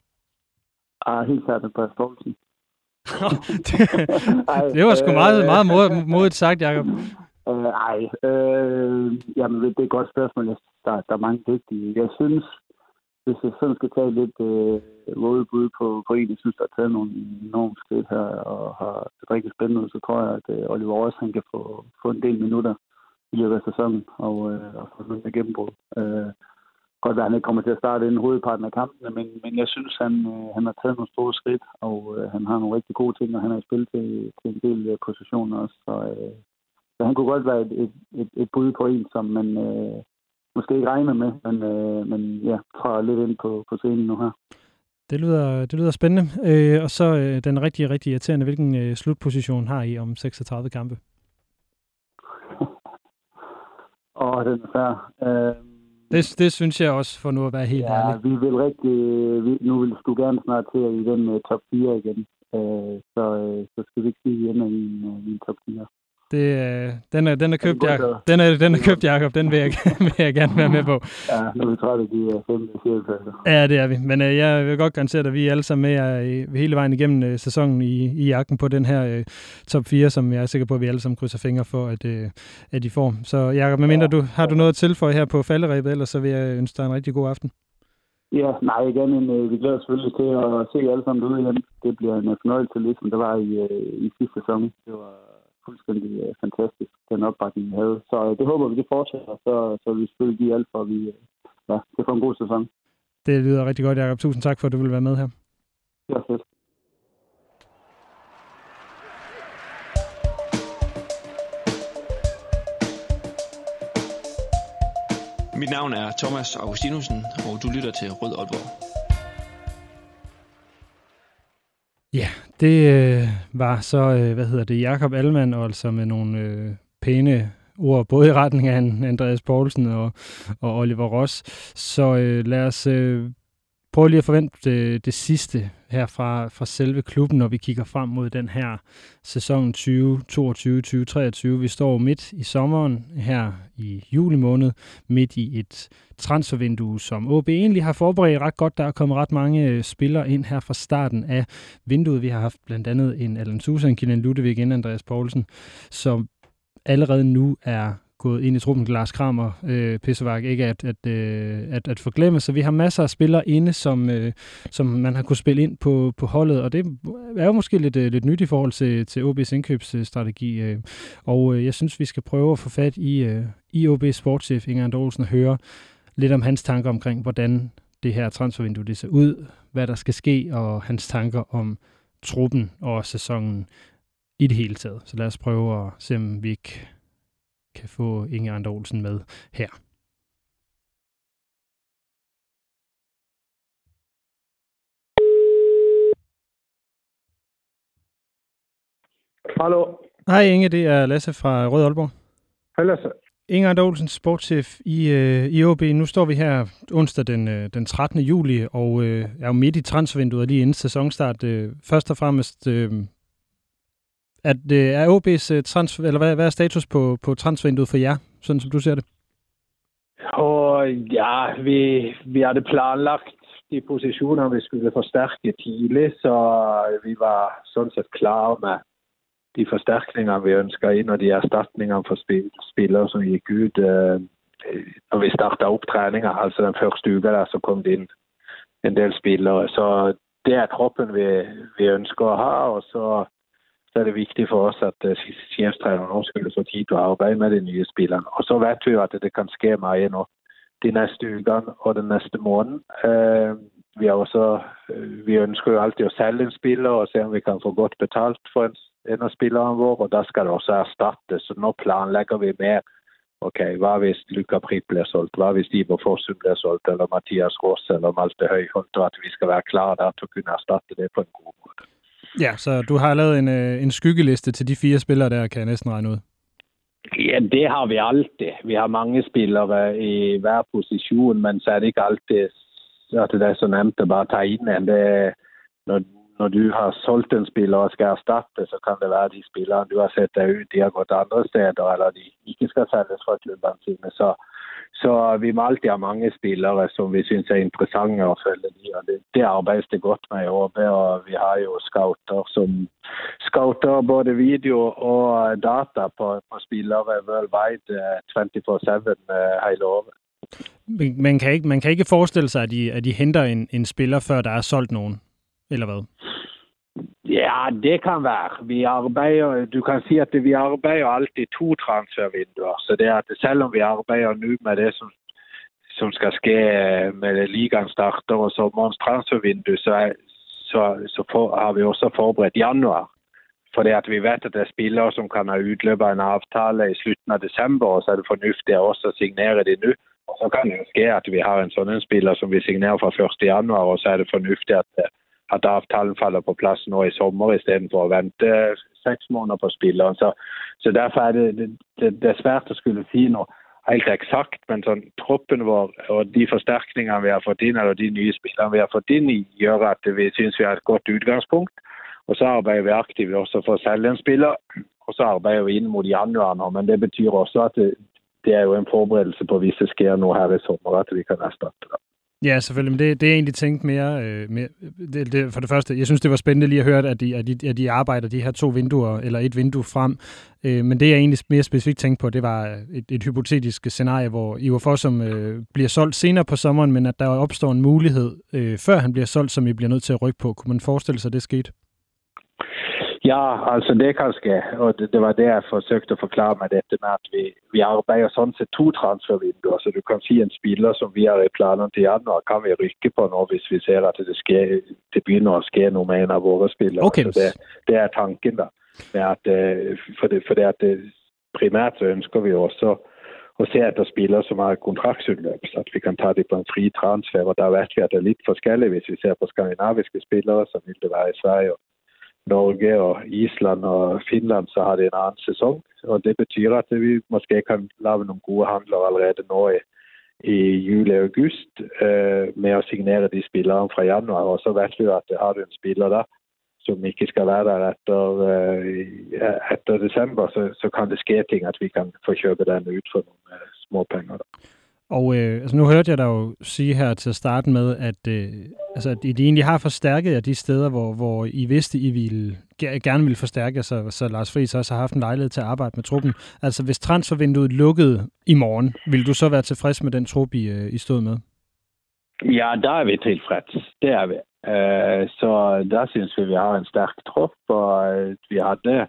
S5: Ah, helt klart med Andreas Poulsen.
S1: det, det var sgu meget, meget mod, modigt sagt, Jacob.
S5: Øh, ej, øh, jamen, det er et godt spørgsmål. Der, der er mange dygtige. Jeg synes, hvis jeg sådan skal tage lidt øh, rådebud på, på en, jeg synes, der har taget nogle enormt skridt her og har det rigtig spændende ud, så tror jeg, at øh, Oliver Ross, han kan få, få en del minutter i løbet af sæsonen og, øh, og få sådan en gennembrud. Øh, godt være, at han ikke kommer til at starte inden hovedparten af kampene, men, men jeg synes, han, øh, han har taget nogle store skridt, og øh, han har nogle rigtig gode ting, og han har spillet til, til en del øh, positioner også. Så, øh, så han kunne godt være et, et, et, et bud på en, som man øh, måske ikke regner med, men, øh, men ja, træder lidt ind på, på scenen nu her. Det
S1: lyder, det lyder spændende. Øh, og så øh, den rigtig, rigtig irriterende, hvilken øh, slutposition har I om seksogtredive kampe?
S5: Åh, oh, den er fair. Øh,
S1: Det, det synes jeg også, for nu at være helt
S5: ja,
S1: ærlig.
S5: vi vil rigtig, vi, nu vil du gerne snart til i den uh, top fire igen, uh, så, uh, så skal vi ikke sige, at vi ender i en, uh, i en top fire.
S1: Det, uh, den, er, den er købt, Jacob. Den er, den er købt, Jacob. Den vil jeg, vil jeg gerne være med på.
S5: Ja, nu er vi trætte af de uh, femte og sjette pladser.
S1: Ja, det er vi. Men uh, jeg vil godt garantere, at vi alle sammen med er uh, hele vejen igennem uh, sæsonen i, i jagten på den her uh, top fire, som jeg er sikker på, at vi alle sammen krydser fingre for, at, uh, at de får. Så Jacob, medmindre du har du noget at tilføje her på falderebet, ellers så vil jeg ønske dig en rigtig god aften.
S5: Ja, nej, igen, men øh, vi glæder os selvfølgelig til at se alle sammen derude igen. Det bliver en fornøjelse, ligesom det var i, øh, i sidste sæson. Det var fuldstændig øh, fantastisk, den opbakning, vi havde. Så øh, det håber vi, det fortsætter, så, så vi selvfølgelig give alt for, at vi øh, ja, skal få en god sæson.
S1: Det lyder rigtig godt, Jacob. Tusind tak for, at du ville være med her.
S5: Det var fedt.
S6: Mit navn er Thomas Augustinussen, og du lytter til Rød Aalborg.
S1: Ja, det øh, var så, øh, hvad hedder det, Jacob Allmann, og altså med nogle øh, pæne ord, både i retning af Andreas Poulsen og, og Oliver Ross. Så øh, lad os øh, prøve lige at forvente det, det sidste her fra, fra selve klubben, når vi kigger frem mod den her sæson tyve toogtyve til tyve treogtyve. Vi står midt i sommeren her i juli måned, midt i et transfervindue, som O B egentlig har forberedt ret godt. Der er kommet ret mange spillere ind her fra starten af vinduet. Vi har haft blandt andet en Allan Sousa, en Kilian Ludvig, en Andreas Poulsen, som allerede nu er gået ind i truppen. Lars Kramer, øh, Pissevak, ikke at, at, øh, at, at forglemme. Så vi har masser af spillere inde, som, øh, som man har kunne spille ind på, på holdet, og det er jo måske lidt, lidt nyt i forhold til, til O B's indkøbsstrategi. Øh. Og øh, jeg synes, vi skal prøve at få fat i, øh, i O B's sportschef Inger Andolsen og høre lidt om hans tanker omkring, hvordan det her transfervindue det ser ud, hvad der skal ske, og hans tanker om truppen og sæsonen i det hele taget. Så lad os prøve at se, om vi ikke kan få Inger Andolsen med her.
S7: Hallo.
S1: Hej Inge, det er Lasse fra Rød Aalborg.
S7: Hej Lasse.
S1: Inger Arndt Olsen, sportschef i, øh, i O B. Nu står vi her onsdag den, øh, den trettende juli, og øh, er jo midt i transfervinduet lige inden sæsonstart. Øh, først og fremmest, øh, at, øh, er O B's øh, transfer, eller hvad, hvad er status på, på transfervinduet for jer, sådan som du ser det?
S7: Og ja, vi, vi havde planlagt de positioner, vi skulle forstærke tidligt, så vi var sådan set klar med de forstærkninger, vi ønsker ind, og de erstatninger for spil, spillere, som gik ud, øh, når vi startede optræninger. Altså den første uge, der så kom det ind en del spillere. Så det er troppen, vi, vi ønsker at have, og så, så er det vigtigt for os, at uh, chefstræneren også skulle få tid til at arbejde med de nye spillere. Og så ved vi jo, at det kan ske meget endnu de næste uger og den næste måned. Uh, vi, er også, uh, vi ønsker jo altid at sælge en spiller, og se om vi kan få godt betalt for en en af spilleren vår, og der skal det også erstattes. Så nu planlægger vi med, okay, hvad hvis Luka Prip bliver solgt, hvad hvis Iber Fossum bliver solgt, eller Mathias Ross, eller Malte Højholt, og at vi skal være klar der til at kunne erstatte det på en god måde.
S1: Ja, så du har lavet en, en skyggeliste til de fire spillere der, kan jeg næsten regne ud.
S7: Ja, det har vi altid. Vi har mange spillere i hver position, men så er det ikke altid, at det er så nemt at bare tage ind. Det, når Når du har solgt en spiller og skal erstatte, så kan det være de spillere, du har sat ud, de har gått andre steder, eller de ikke skal sælges fra klubben sine. Så, så vi må altid have mange spillere, som vi synes er interessante at følge de, og det, det arbejdes det godt med i O B, og vi har jo scouter, som scouter både video og data på, på spillere worldwide twenty-four seven hele året.
S1: Men man kan ikke, man kan ikke forestille sig, at de, at de henter en, en spiller, før der er solgt nogen, eller hvad?
S7: Ja, det kan være. Vi arbejder, du kan sige, at vi arbejder altid to transfervinduer. Så det er, at selvom vi arbejder nu med det, som, som skal ske med ligaen starter og sommerens transfervindue, så, er, så, så for, har vi også forberedt januar. For det at vi vet at det er spillere som kan have udløbet en aftale i slutten af december, og så er det fornuftigt også at signere det nu. Og så kan det ske, at vi har en sådan en spiller, som vi signerer fra første januar, og så er det fornuftigt, at at aftalen falder på plads nå i sommer, i stedet for at vente seks måneder på spilleren. Så, så derfor er det, det, det, det er svært at skulle sige noget helt eksakt, men sådan, truppen vår og de forstærkninger, vi har fået ind, eller de nye spillere, vi har fået ind i, gør, at vi synes, vi har et godt udgangspunkt. Og så arbejder vi aktivt også for at sælge en spiller, og så arbejder vi ind mod januar nå, men det betyder også, at det, det er jo en forberedelse på, hvis det sker nu her i sommer, at vi kan erstatte det.
S1: Ja, selvfølgelig, men det, det er egentlig tænkt mere, øh, mere det, det, for det første, jeg synes, det var spændende lige at høre, at de, at de, at de arbejder de her to vinduer, eller et vindue frem, øh, men det jeg egentlig mere specifikt tænkte på, det var et, et hypotetisk scenarie, hvor Iver Fossum øh, bliver solgt senere på sommeren, men at der opstår en mulighed, øh, før han bliver solgt, som I bliver nødt til at rykke på. Kunne man forestille sig, at det skete?
S7: Ja, altså det kan ske, og det, det var det, jeg forsøgte at forklare med dette med, at vi, vi arbejder sådan set to transfervinduer, så du kan sige en spiller, som vi har i planerne til januar, kan vi rykke på noget, hvis vi ser, at det, sker, det begynder at ske noget med en af vores spillere.
S1: Okay.
S7: Så det, det er tanken der. Med at, for, det, for det at det, primært så ønsker vi også at se, at der spiller som har et kontraktsudløb, så at vi kan tage det på en fri transfer, og der vet vi, at det er lidt forskelligt, hvis vi ser på skandinaviske spillere, så vil det være i Sverige, Norge og Island og Finland, så har det en anden sæson. Og det betyder, at vi måske kan lave nogle gode handler allerede nå i, i juli og august øh, med at signere de spillere fra januar. Og så vet vi at det har du en spiller der, som ikke skal være der etter, øh, etter december, så, så kan det ske ting, at vi kan få købe den ud for nogle øh, små penger der.
S1: Og øh, altså nu hørte jeg dig jo sige her til at starte med, at, øh, altså, at I egentlig har forstærket jer de steder, hvor, hvor I vidste, I ville, gerne ville forstærke, så, så Lars Friis også har haft en lejlighed til at arbejde med truppen. Altså hvis transfervinduet lukkede i morgen, ville du så være tilfreds med den trup, I, I stod med?
S7: Ja, der er vi tilfreds. Det er vi. Uh, så der synes vi, vi har en stærk trup, og uh, vi havde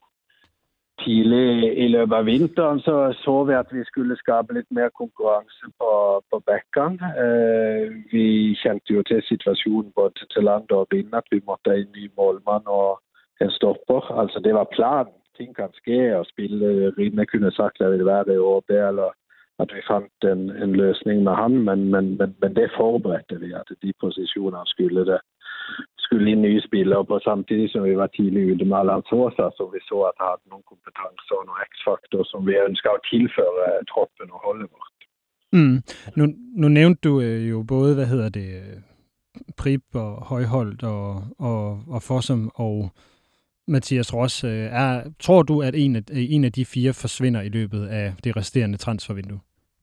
S7: tidlig i løbet af vinteren, så så vi, at vi skulle skabe lidt mere konkurrence på, på backen. Uh, vi kendte jo til situationen både til land og vind, at vi måtte have en ny målmand og en stopper. Altså det var planen. Ting kan ske, og spille Rine kunne sagt, at det ville være i O B, eller at vi fandt en, en løsning med ham, men, men, men, men det forberedte vi, at de positioner skulle det skulle inn nye spillere på, samtidig som vi var tidlig ute med Allan Sosa, så vi så at han hadde noen kompetanser og noen X-faktor som vi ønsker å tilføre troppen og holdet vårt.
S1: Mm. Nu, nu nævnte du øh, jo både, hvad hedder det, Prip og Højholdt og, og, og Fossum og Mathias Ross. Øh, er, tror du, at en af, en af de fire forsvinder i løbet af det resterende transfervindue?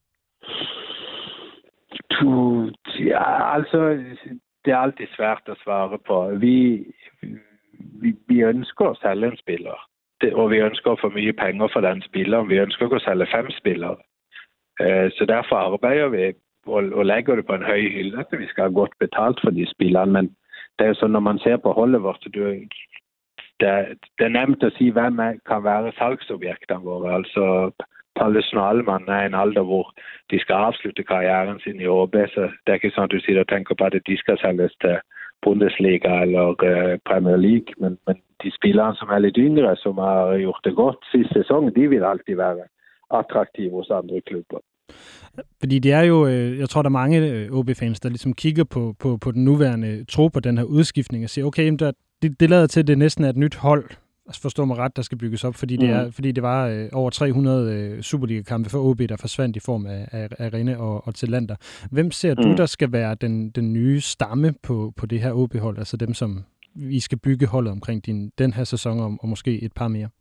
S7: Du, ja, altså, det er alltid svært å svare på. Vi, vi, vi ønsker å selge en spiller, det, og vi ønsker å få mye penger for den spilleren. Vi ønsker ikke å selge fem spillere. Uh, så derfor arbeider vi og, og legger det på en høy hylle at vi skal ha godt betalt for de spillerne. Men det er jo sånn når man ser på holdet vårt, du, det, det er nemt å si hvem er, kan være salgsobjektene våre. Altså, Palle Snalman er en alder hvor de skal avslutte karrieren sin i O B, så det er ikke sånn at du sier og tenker på at de skal selges til Bundesliga eller uh, Premier League, men, men de spillerne som er litt yngre, som har gjort det godt sist sesong, de vil alltid være attraktive hos andre klubber.
S1: Fordi det er jo, jeg tror, der er mange O B-fans, der ligesom kigger på, på, på den nuværende tro på den her udskiftning og siger, okay, der, det, det lader til, at det næsten er et nyt hold, altså forstå mig ret, der skal bygges op, fordi, mm. det, er, fordi det var øh, over tre hundrede øh, Superliga-kampe for O B, der forsvandt i form af, af, af Rene og, og Talander. Hvem ser mm. du, der skal være den, den nye stamme på, på det her O B-hold, altså dem, som I skal bygge holdet omkring din, den her sæson og, og måske et par mere?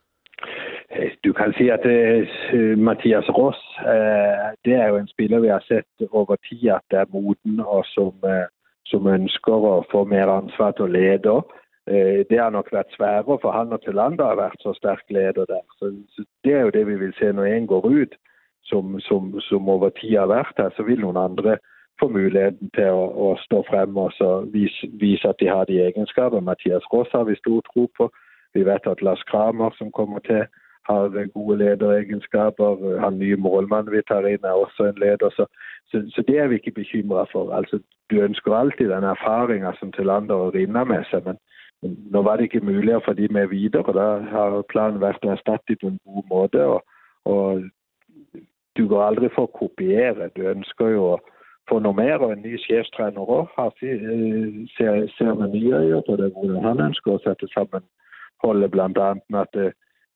S7: Du kan si at uh, Mathias Ross, uh, det er jo en spiller vi har sett over tid at det er moden og som, uh, som ønsker å få mer ansvar til å lede. Uh, det har nok vært sværere for han og Talander har vært så sterk leder der. Så, så det er jo det vi vil se når en går ut som, som, som over tid har vært her, så vil noen andre få muligheten til å, å stå frem og så vise, vise at de har de egenskaper. Mathias Ross har vi stor tro på. Vi vet at Lars Kramer som kommer til har gode lederegenskaper. Han nye målmann vi tar inn er også en leder. Så, så, så det er vi ikke bekymret for. Altså, du ønsker alltid den erfaringen som Talander og Rina med seg, men, men nå var det ikke mulig å få de med videre. Da har planen vært å erstatte på en god måte, og, og du går aldri for å kopiere. Du ønsker jo å få noe mer, og en ny sjefstrener også ser, ser med nye øyne på det, hvordan han ønsker å sette sammen holdet, blant annet med at det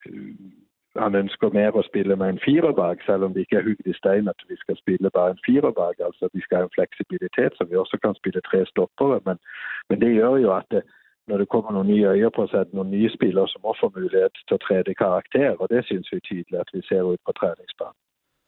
S7: han ønsker mer å spille med en firerbag, selv om det ikke er hugget i stein at vi skal spille bare en firerbag. Altså vi skal ha en fleksibilitet, så vi også kan spille tre stoppere. Men, men det gjør jo at det, når det kommer noen nye øyer på, så er det noen nye spillere som også får mulighet til å trede karakter, og det synes vi tydelig at vi ser ut på treningsbanen.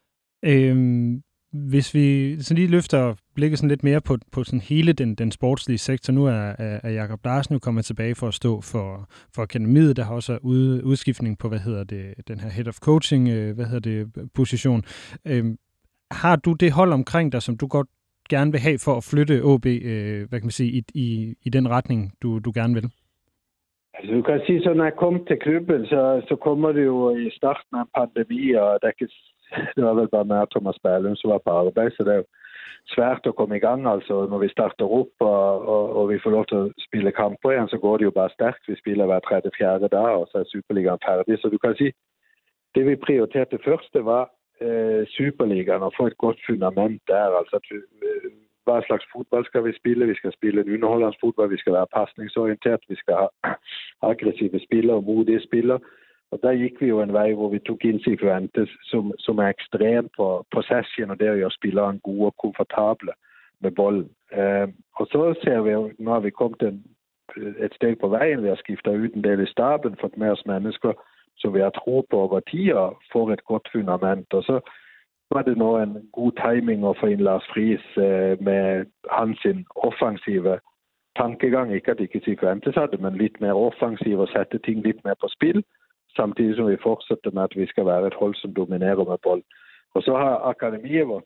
S1: Øhm, hvis vi så lige løfter blikket sådan lidt mere på, på sådan hele den, den sportslige sektor, nu er, er Jakob Larsen nu kommet tilbage for at stå for, for akademiet, der har også ud, udskiftning på, hvad hedder det, den her head of coaching, øh, hvad hedder det, position. Øhm, har du det hold omkring dig, som du godt gerne vil have for at flytte O B, øh, hvad kan man sige, i, i, i den retning, du, du gerne vil?
S7: Altså, du kan sige, så når jeg kom til klubben, så, så kommer det jo i starten af en pandemi, og det er ikke det var vel bare med Thomas Bælum som var på arbeid, så det er jo svært å komme i gang. Altså, når vi starter opp og, og, og vi får lov til å spille kamper igjen, så går det jo bare sterkt. Vi spiller hver tredje fjerde dag, og så er Superligaen ferdig. Så du kan si, det vi prioriterte først, det var eh, Superligaen, og få et godt fundament der. Altså, at vi, hva slags fotball skal vi spille? Vi skal spille en underholdende fotball, vi skal være pasningsorientert, vi skal ha aggressive spillere og modige spillere. Og der gikk vi jo en vei hvor vi tok inn Cifuentes som, som er ekstremt på possession, og det å gjøre spilleren gode og komfortable med bollen. Eh, og så ser vi jo, nå har vi kommet en, et steg på veien, vi har skiftet ut en del i staben, fått med oss mennesker som vi har tro på over tid, og får et godt fundament. Og så var det nå en god timing å få inn Lars Friis eh, med hans offensive tankegang, ikke at ikke Cifuentes hadde, men litt mer offensiv og sette ting litt mer på spill, samtidig som vi fortsetter med at vi skal være et hold som dominerer med boll. Og så har akademiet vårt,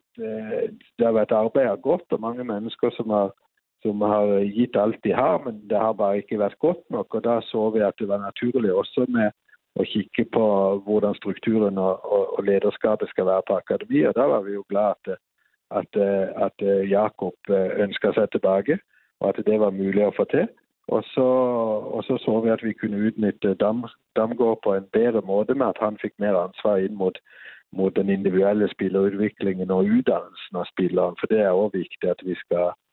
S7: det har vært arbeidet godt, og mange mennesker som har, som har gitt alt de har, men det har bare ikke vært godt nok, og da så vi at det var naturlig også med å kikke på hvordan strukturen og, og, og lederskapet skal være på akademiet, og da var vi jo glad at, at, at Jakob ønsker seg tilbake, og at det var mulig å få til. Og så, og så så vi at vi kunne utnytte Dam, Damgaard på en bedre måte med at han fikk mer ansvar inn mot, mot den individuelle spillerutviklingen og utdannelsen av spilleren. For det er også viktig at vi skal,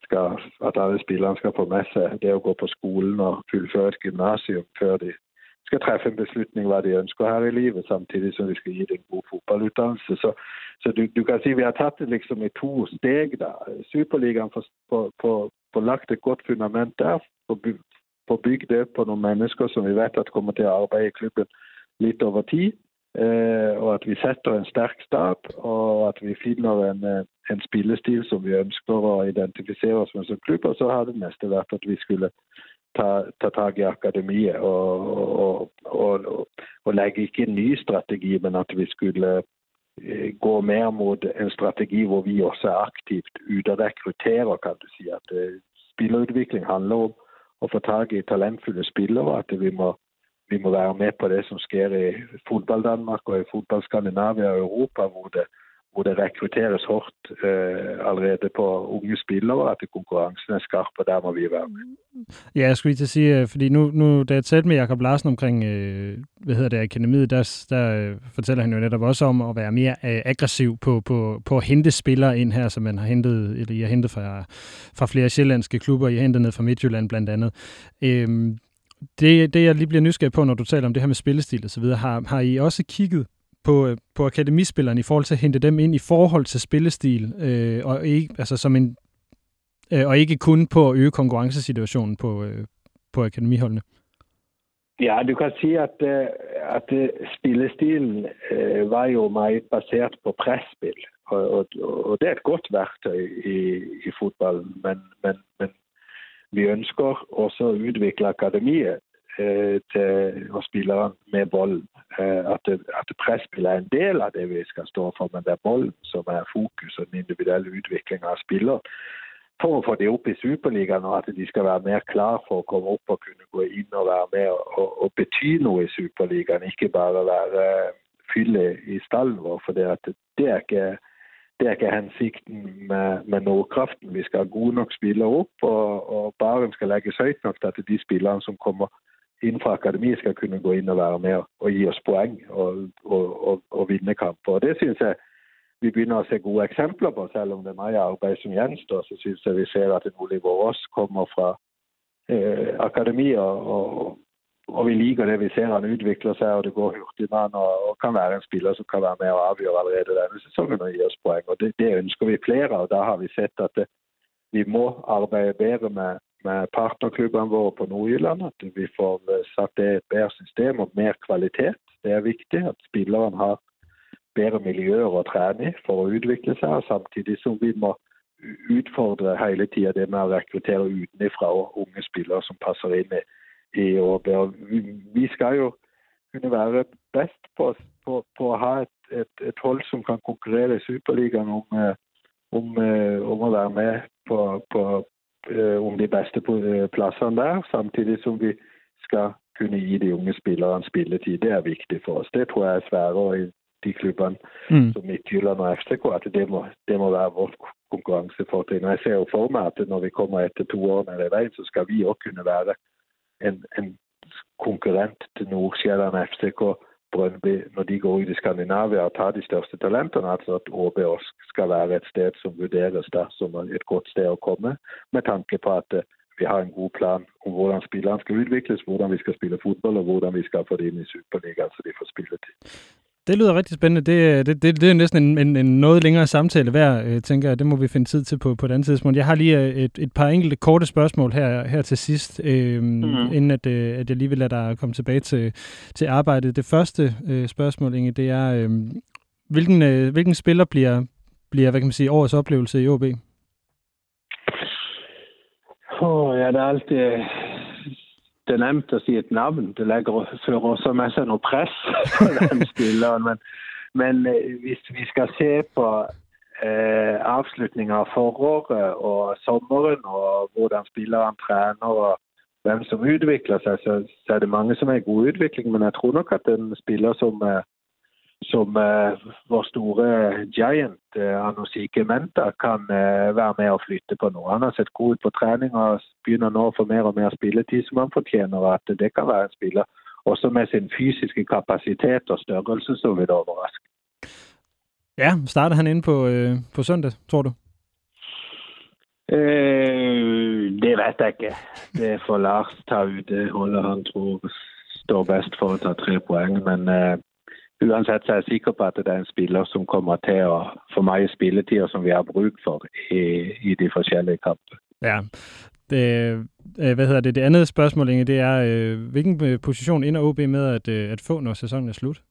S5: skal, at alle spillerne skal få med sig, det at gå på skolen og fuldføre et gymnasium, før de skal træffe en beslutning, hvad de ønsker her i livet, samtidig som de skal give det en god fodbolduddannelse. Så, så du, du kan sige, at vi har taget det liksom i to steg der. Superligaen får, på, på, på lagt et godt fundament der, for, for bygge det på nogle mennesker, som vi ved, at kommer til at arbejde i klubben lidt over tid, eh, og at vi sætter en stærk stab, og at vi finder en, en spillestil, som vi ønsker at identificere os med som klub, og så har det næste været, at vi skulle ta, ta tag i akademiet og, og, og, og, og lægge ikke en ny strategi, men at vi skulle eh, gå mere mod en strategi, hvor vi også er aktivt ude og rekrutterer, kan du sige, at eh, spillerudvikling handler om at få tag i talentfulle spillere, at vi må Vi må være med på det, som sker i fodbold Danmark og i fodbold Skandinavia og Europa, hvor det, hvor det rekrutteres hårdt øh, allerede på unge spillere, at konkurrencen er skarp, og der må vi være med.
S1: Ja, jeg skulle lige til at sige, fordi nu, nu da jeg talte med Jakob Larsen omkring, øh, hvad hedder det, akademiet, der, der øh, fortæller han jo netop også om at være mere øh, aggressiv på, på, på at hente spillere ind her, som man har hentet, eller I har hentet fra, fra flere sjællandske klubber, I har hentet ned fra Midtjylland blandt andet. Øh, Det, det, jeg lige bliver nysgerrig på, når du taler om det her med spillestil og så videre, har, har I også kigget på, på akademispillerne i forhold til at hente dem ind i forhold til spillestil, øh, og, ikke, altså som en, øh, og ikke kun på at øge konkurrencesituationen på, øh, på akademiholdene?
S5: Ja, du kan sige, at, at spillestilen øh, var jo meget baseret på presspil, og, og, og det er et godt værktøj i, i fodbolden, men, men, men vi ønsker også at udvikle akademiet eh, til at spille med bold. Eh, at, det, at det presspil er en del af det, vi skal stå for, men det er bold, som er fokus og den individuelle udvikling af spillere. For at få det op i Superligaen, og at de skal være mere klar for at komme op og kunne gå ind og være med og, og betyde noget i Superligaen. Ikke bare være uh, fylde i stallen, for det, at det er ikke... Det er ikke hensigten med, med Nordkraften. Vi skal have gode nok spillere op, og, og baren skal lægges højt nok til, at de spillere, som kommer ind fra akademiet, skal kunne gå ind og være med og give os point og, og, og, og vinde kamper. Og det synes jeg, vi begynder at se gode eksempler på, selvom det er meget arbejde som gjenstår, så synes jeg, vi ser, at en Oliver også kommer fra eh, akademiet, og, og Og vi liker det, vi ser, han udvikler sig, og det går hurtigt, man, og, og kan være en spiller, som kan være med og afgjøre allerede denne sæsonen og give os point. Og det, det ønsker vi flere, og der har vi sett at det, vi må arbejde bedre med, med partnerklubberne våre på Nordjylland, at vi får sat det et bedre system og mere kvalitet. Det er vigtigt, at spilleren har bedre miljøer at træne i for at udvikle sig, og samtidig som vi må udfordre hele tiden det med at rekruttere udenfra unge spillere, som passer ind i i O B. Vi skal jo kunne være bedst på, på, på at have et, et, et hold, som kan konkurrere i Superligaen om, om, om at være med på, på, om de bedste pladserne der, samtidig som vi skal kunne give de unge spillere en spilletid. Det er vigtigt for os. Det tror jeg er sværere i de klubberne, mm. som Midtjylland og F C K, at det må, det må være vores konkurrencefortrin. Jeg ser jo for mig, at når vi kommer efter to år ned i vejen, så skal vi også kunne være En, en konkurrent til Nordsjælland, F C K, Brøndby, når de går ud i Skandinavia og tager de største talenterne, altså at O B også skal være et sted, som vurderes der som et godt sted at komme, med tanke på at uh, vi har en god plan om hvordan spillerne skal udvikles, hvordan vi skal spille fodbold, og hvordan vi skal få det ind i Superligaen, så de får spillet til.
S1: Det lyder rigtig spændende. Det, det, det, det er næsten en, en, en noget længere samtale hver, øh, tænker jeg. Det må vi finde tid til på, på et andet tidspunkt. Jeg har lige et, et par enkelte korte spørgsmål her, her til sidst, øh, mm-hmm. inden at, øh, at jeg lige vil lade dig komme tilbage til, til arbejdet. Det første øh, spørgsmål, Inge, det er, øh, hvilken, øh, hvilken spiller bliver, bliver, hvad kan man sige, årets oplevelse i O B?
S7: Åh, oh, ja, det er altid... Det er nemt at sige et navn. Det lægger fører også med sig noget pres på den spilleren. Men, men øh, hvis vi skal se på øh, afslutningen af foråret og sommeren, og hvordan spilleren træner, og hvem som udvikler sig, så, så er det mange, som er i god udvikling. Men jeg tror nok, at den spiller, som, øh, som øh, vores store giant, øh, Anosike Menta, kan øh, være med og flytte på noget. Han har sett god ud på træning og begynder nå at få mere og mere spilletid, som han fortjener, og at det kan være en spiller. Også med sin fysiske kapacitet og størrelse, så vil det overraske.
S1: Ja, starter han inde på, øh, på søndag, tror du?
S7: Øh, det ved jeg ikke. Det får Lars tage ud. Det holder han, tror står bedst for at tage tre point. Men øh, uansett så er jeg sikker på, at det er en spiller, som kommer til at få mig spilletid, som vi har brug for i, i de forskellige kampe.
S1: Ja, det, hvad hedder det? Det andet spørgsmål, Inge, det er, øh, hvilken position ender O B med at, øh, at få, når sæsonen er slut?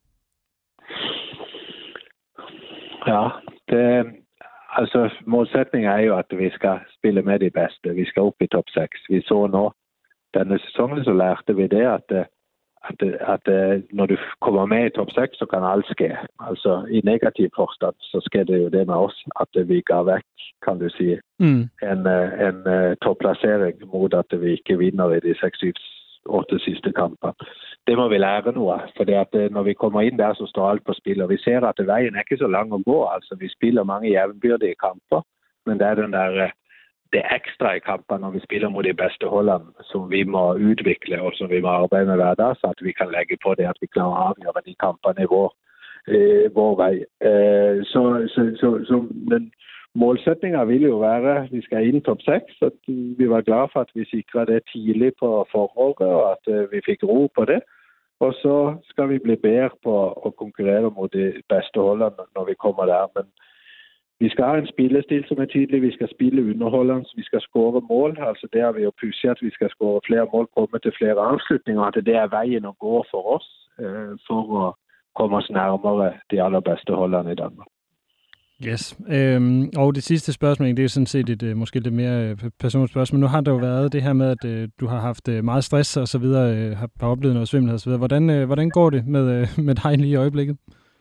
S7: Ja, det, altså målsætningen er jo, at vi skal spille med de bedste. Vi skal op i top seks. Vi så nå denne sæsonen, så lærte vi det, at At, at når du kommer med i top seks, så kan alt ske. Altså i negativ forstand, så sker det jo det med oss, at vi går væk, kan du sige, mm. en, en topplacering mot at vi ikke vinder i de seks åtte sidste kamper. Det må vi lære nu af, for at når vi kommer ind der, så står alt på spil, og vi ser, at vejen er ikke så lang at gå. Altså vi spiller mange jævnbyrdige kamper, men det er den der det ekstra i kampen, når vi spiller mod de bedste holdene, som vi må udvikle, og som vi må arbejde med hver dag, så at vi kan lægge på det, at vi klarer at afgjøre de kampene i vår, øh, vår vej. Øh, så, så, så, så men målsætninger vil jo være, at vi skal ind i top seks, så vi var glade for, at vi sikrer det tidligt på foråret, og at øh, vi fik ro på det. Og så skal vi blive bedre på at konkurrere mod de bedste holdene, når vi kommer der. Men vi skal have en spillestil, som er tydelig. Vi skal spille underholdende, vi skal score mål. Altså det har vi jo pusset, at vi skal score flere mål, komme til flere afslutninger. At det er vejen at gå for os, øh, for at komme os nærmere de allerbedste holdene i Danmark.
S1: Yes. Øhm, og det sidste spørgsmål, det er sådan set et måske lidt mere personligt spørgsmål. Nu har der jo været det her med, at øh, du har haft øh, meget stress og så videre, øh, har oplevet noget svimmelhed og så videre. Hvordan, øh, hvordan går det med, øh, med dig lige i øjeblikket?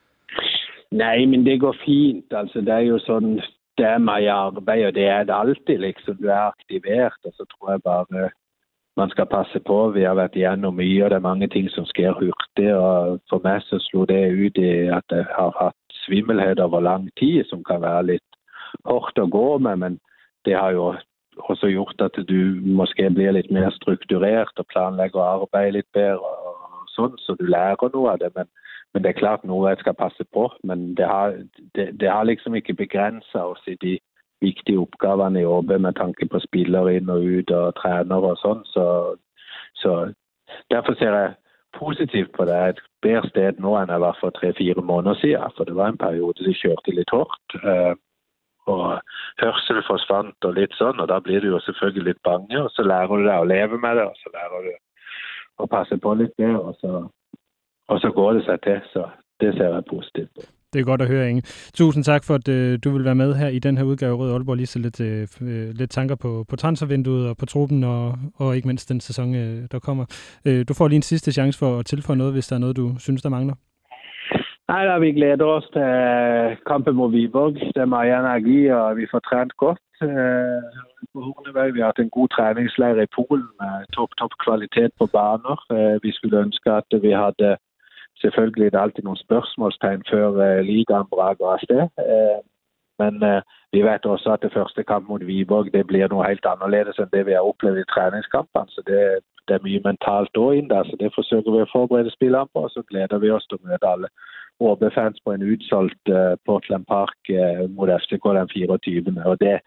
S7: Nej, men det går fint. Altså, det er jo sådan, der man arbejder, det er det altid, liksom. Du er aktiveret, og så tror jeg bare, man skal passe på. Vi har været igjennom mye, og det er mange ting som sker hurtigt, og for mig så slog det ud i, at jeg har haft svimmelhed over lang tid, som kan være lidt hårdt at gå med, men det har jo også gjort, at du måske bliver lidt mere struktureret og planlægger og arbejder lidt bedre, og sådan, så du lærer noget af det, men Men det er klart noe jeg skal passe på, men det har, det, det har liksom ikke begrænset os i de viktige oppgavene i jobbe med tanke på spillere inn og ut og trænere og sånn, så, så derfor ser jeg positivt på det. Det er et bedre sted nå enn jeg var for tre-fire måneder siden, for det var en periode de kjørte litt hårdt, eh, og hørsel forsvant og litt sånn, og da blir du jo selvfølgelig litt bange, og så lærer du deg å leve med det, og så lærer du å passe på litt det, og så Og så går det sig til, så det ser jeg positivt på.
S1: Det er godt at høre, Inge. Tusind tak for, at uh, du vil være med her i den her udgave af Rød Aalborg. Lige så lidt, uh, lidt tanker på, på transfervinduet og på truppen, og, og ikke mindst den sæson, uh, der kommer. Uh, du får lige en sidste chance for at tilføje noget, hvis der er noget, du synes, der mangler.
S7: Nej, da vi glæder os til kampen mod Viborg. Det er meget energi, og vi får trænet godt. Uh, på Hornevej. Vi har haft en god træningslejr i Polen med top, top kvalitet på baner. Uh, vi skulle ønske, at vi havde selvfølgelig er det alltid nogle spørgsmålstegn før uh, ligaen brager afsted. Uh, men uh, vi vet også, at det første kamp mot Viborg, det bliver noget helt anderledes end det, vi har oplevet i træningskampen. Så det, det er mye mentalt også ind der, så det forsøger vi at forberede spillere på, og så glæder vi os til at møde alle O B-fans på en udsolgt uh, Portland Park uh, mod F C K den fireogtyvende Og det,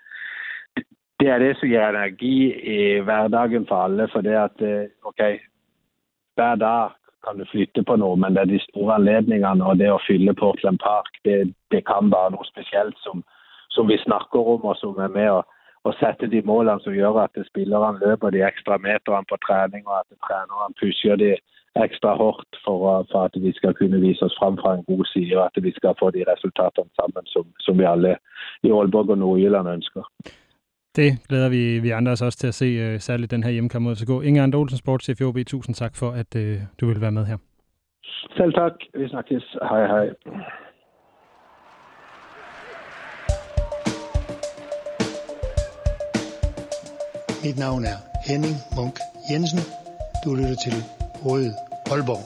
S7: det er det, som giver energi i hverdagen for alle, for det at, uh, okay, hver dag kan du flytte på noe, men det er de store anledningene, og det å fylle Portland Park, det, det kan være noe spesielt som, som vi snakker om, og som er med å, å sette de målene som gjør at spillerne løper de ekstra meterne på trening, og at trenerne pusher de ekstra hårdt for, for at vi skal kunne vise oss frem fra en god side, og at vi skal få de resultatene sammen, som, som vi alle i Aalborg og Nordjylland ønsker.
S1: Det glæder vi, vi andre os også til at se, uh, særligt den her hjemmekamp mod F C K. Inge André Olsen, sportschef i O B, tusind tak for, at uh, du vil være med her.
S7: Selv tak. Vi snakkes. Hej, hej.
S8: Mit navn er Henning Munk Jensen. Du lytter til Rød Aalborg.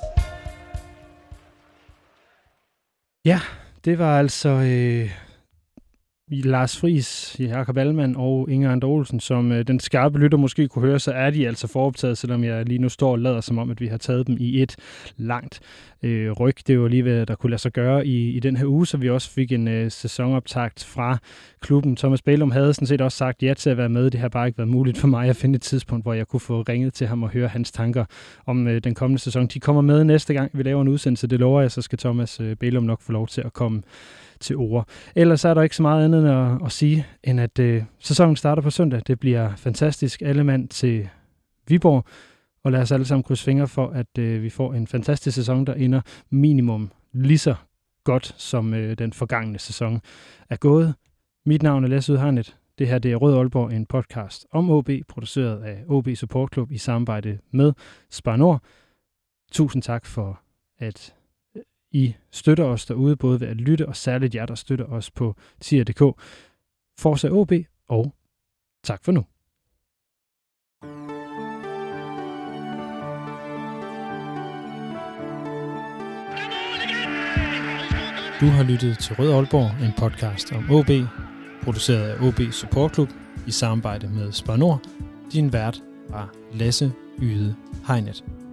S1: Ja, det var altså... Øh Lars Friis, Jakob Allmann og Inger Ander Olsen, som øh, den skarpe lytter måske kunne høre, så er de altså foroptaget, selvom jeg lige nu står og lader som om, at vi har taget dem i et langt øh, ryg. Det er jo lige hvad der kunne lade sig gøre i, i den her uge, så vi også fik en øh, sæsonoptakt fra klubben. Thomas Bælum havde sådan set også sagt ja til at være med. Det har bare ikke været muligt for mig at finde et tidspunkt, hvor jeg kunne få ringet til ham og høre hans tanker om øh, den kommende sæson. De kommer med næste gang, vi laver en udsendelse. Det lover jeg, så skal Thomas øh, Bælum nok få lov til at komme til ord. Ellers er der ikke så meget andet end at, at sige, end at øh, sæsonen starter på søndag. Det bliver fantastisk. Alle mand til Viborg. Og lad os alle sammen krydse fingre for, at øh, vi får en fantastisk sæson, der ender minimum lige så godt, som øh, den forgangne sæson er gået. Mit navn er Lasse Udharnet. Det her det er Rød Aalborg, en podcast om O B, produceret af O B Support Club i samarbejde med Spar Nord. Tusind tak for, at I støtter os derude, både ved at lytte, og særligt jer, der støtter os på tier punktum d k. Forza O B, og tak for nu. Du har lyttet til Rød Aalborg, en podcast om O B, produceret af O B Support Club i samarbejde med Spar Nord. Din vært var Lasse Yde Hegnet.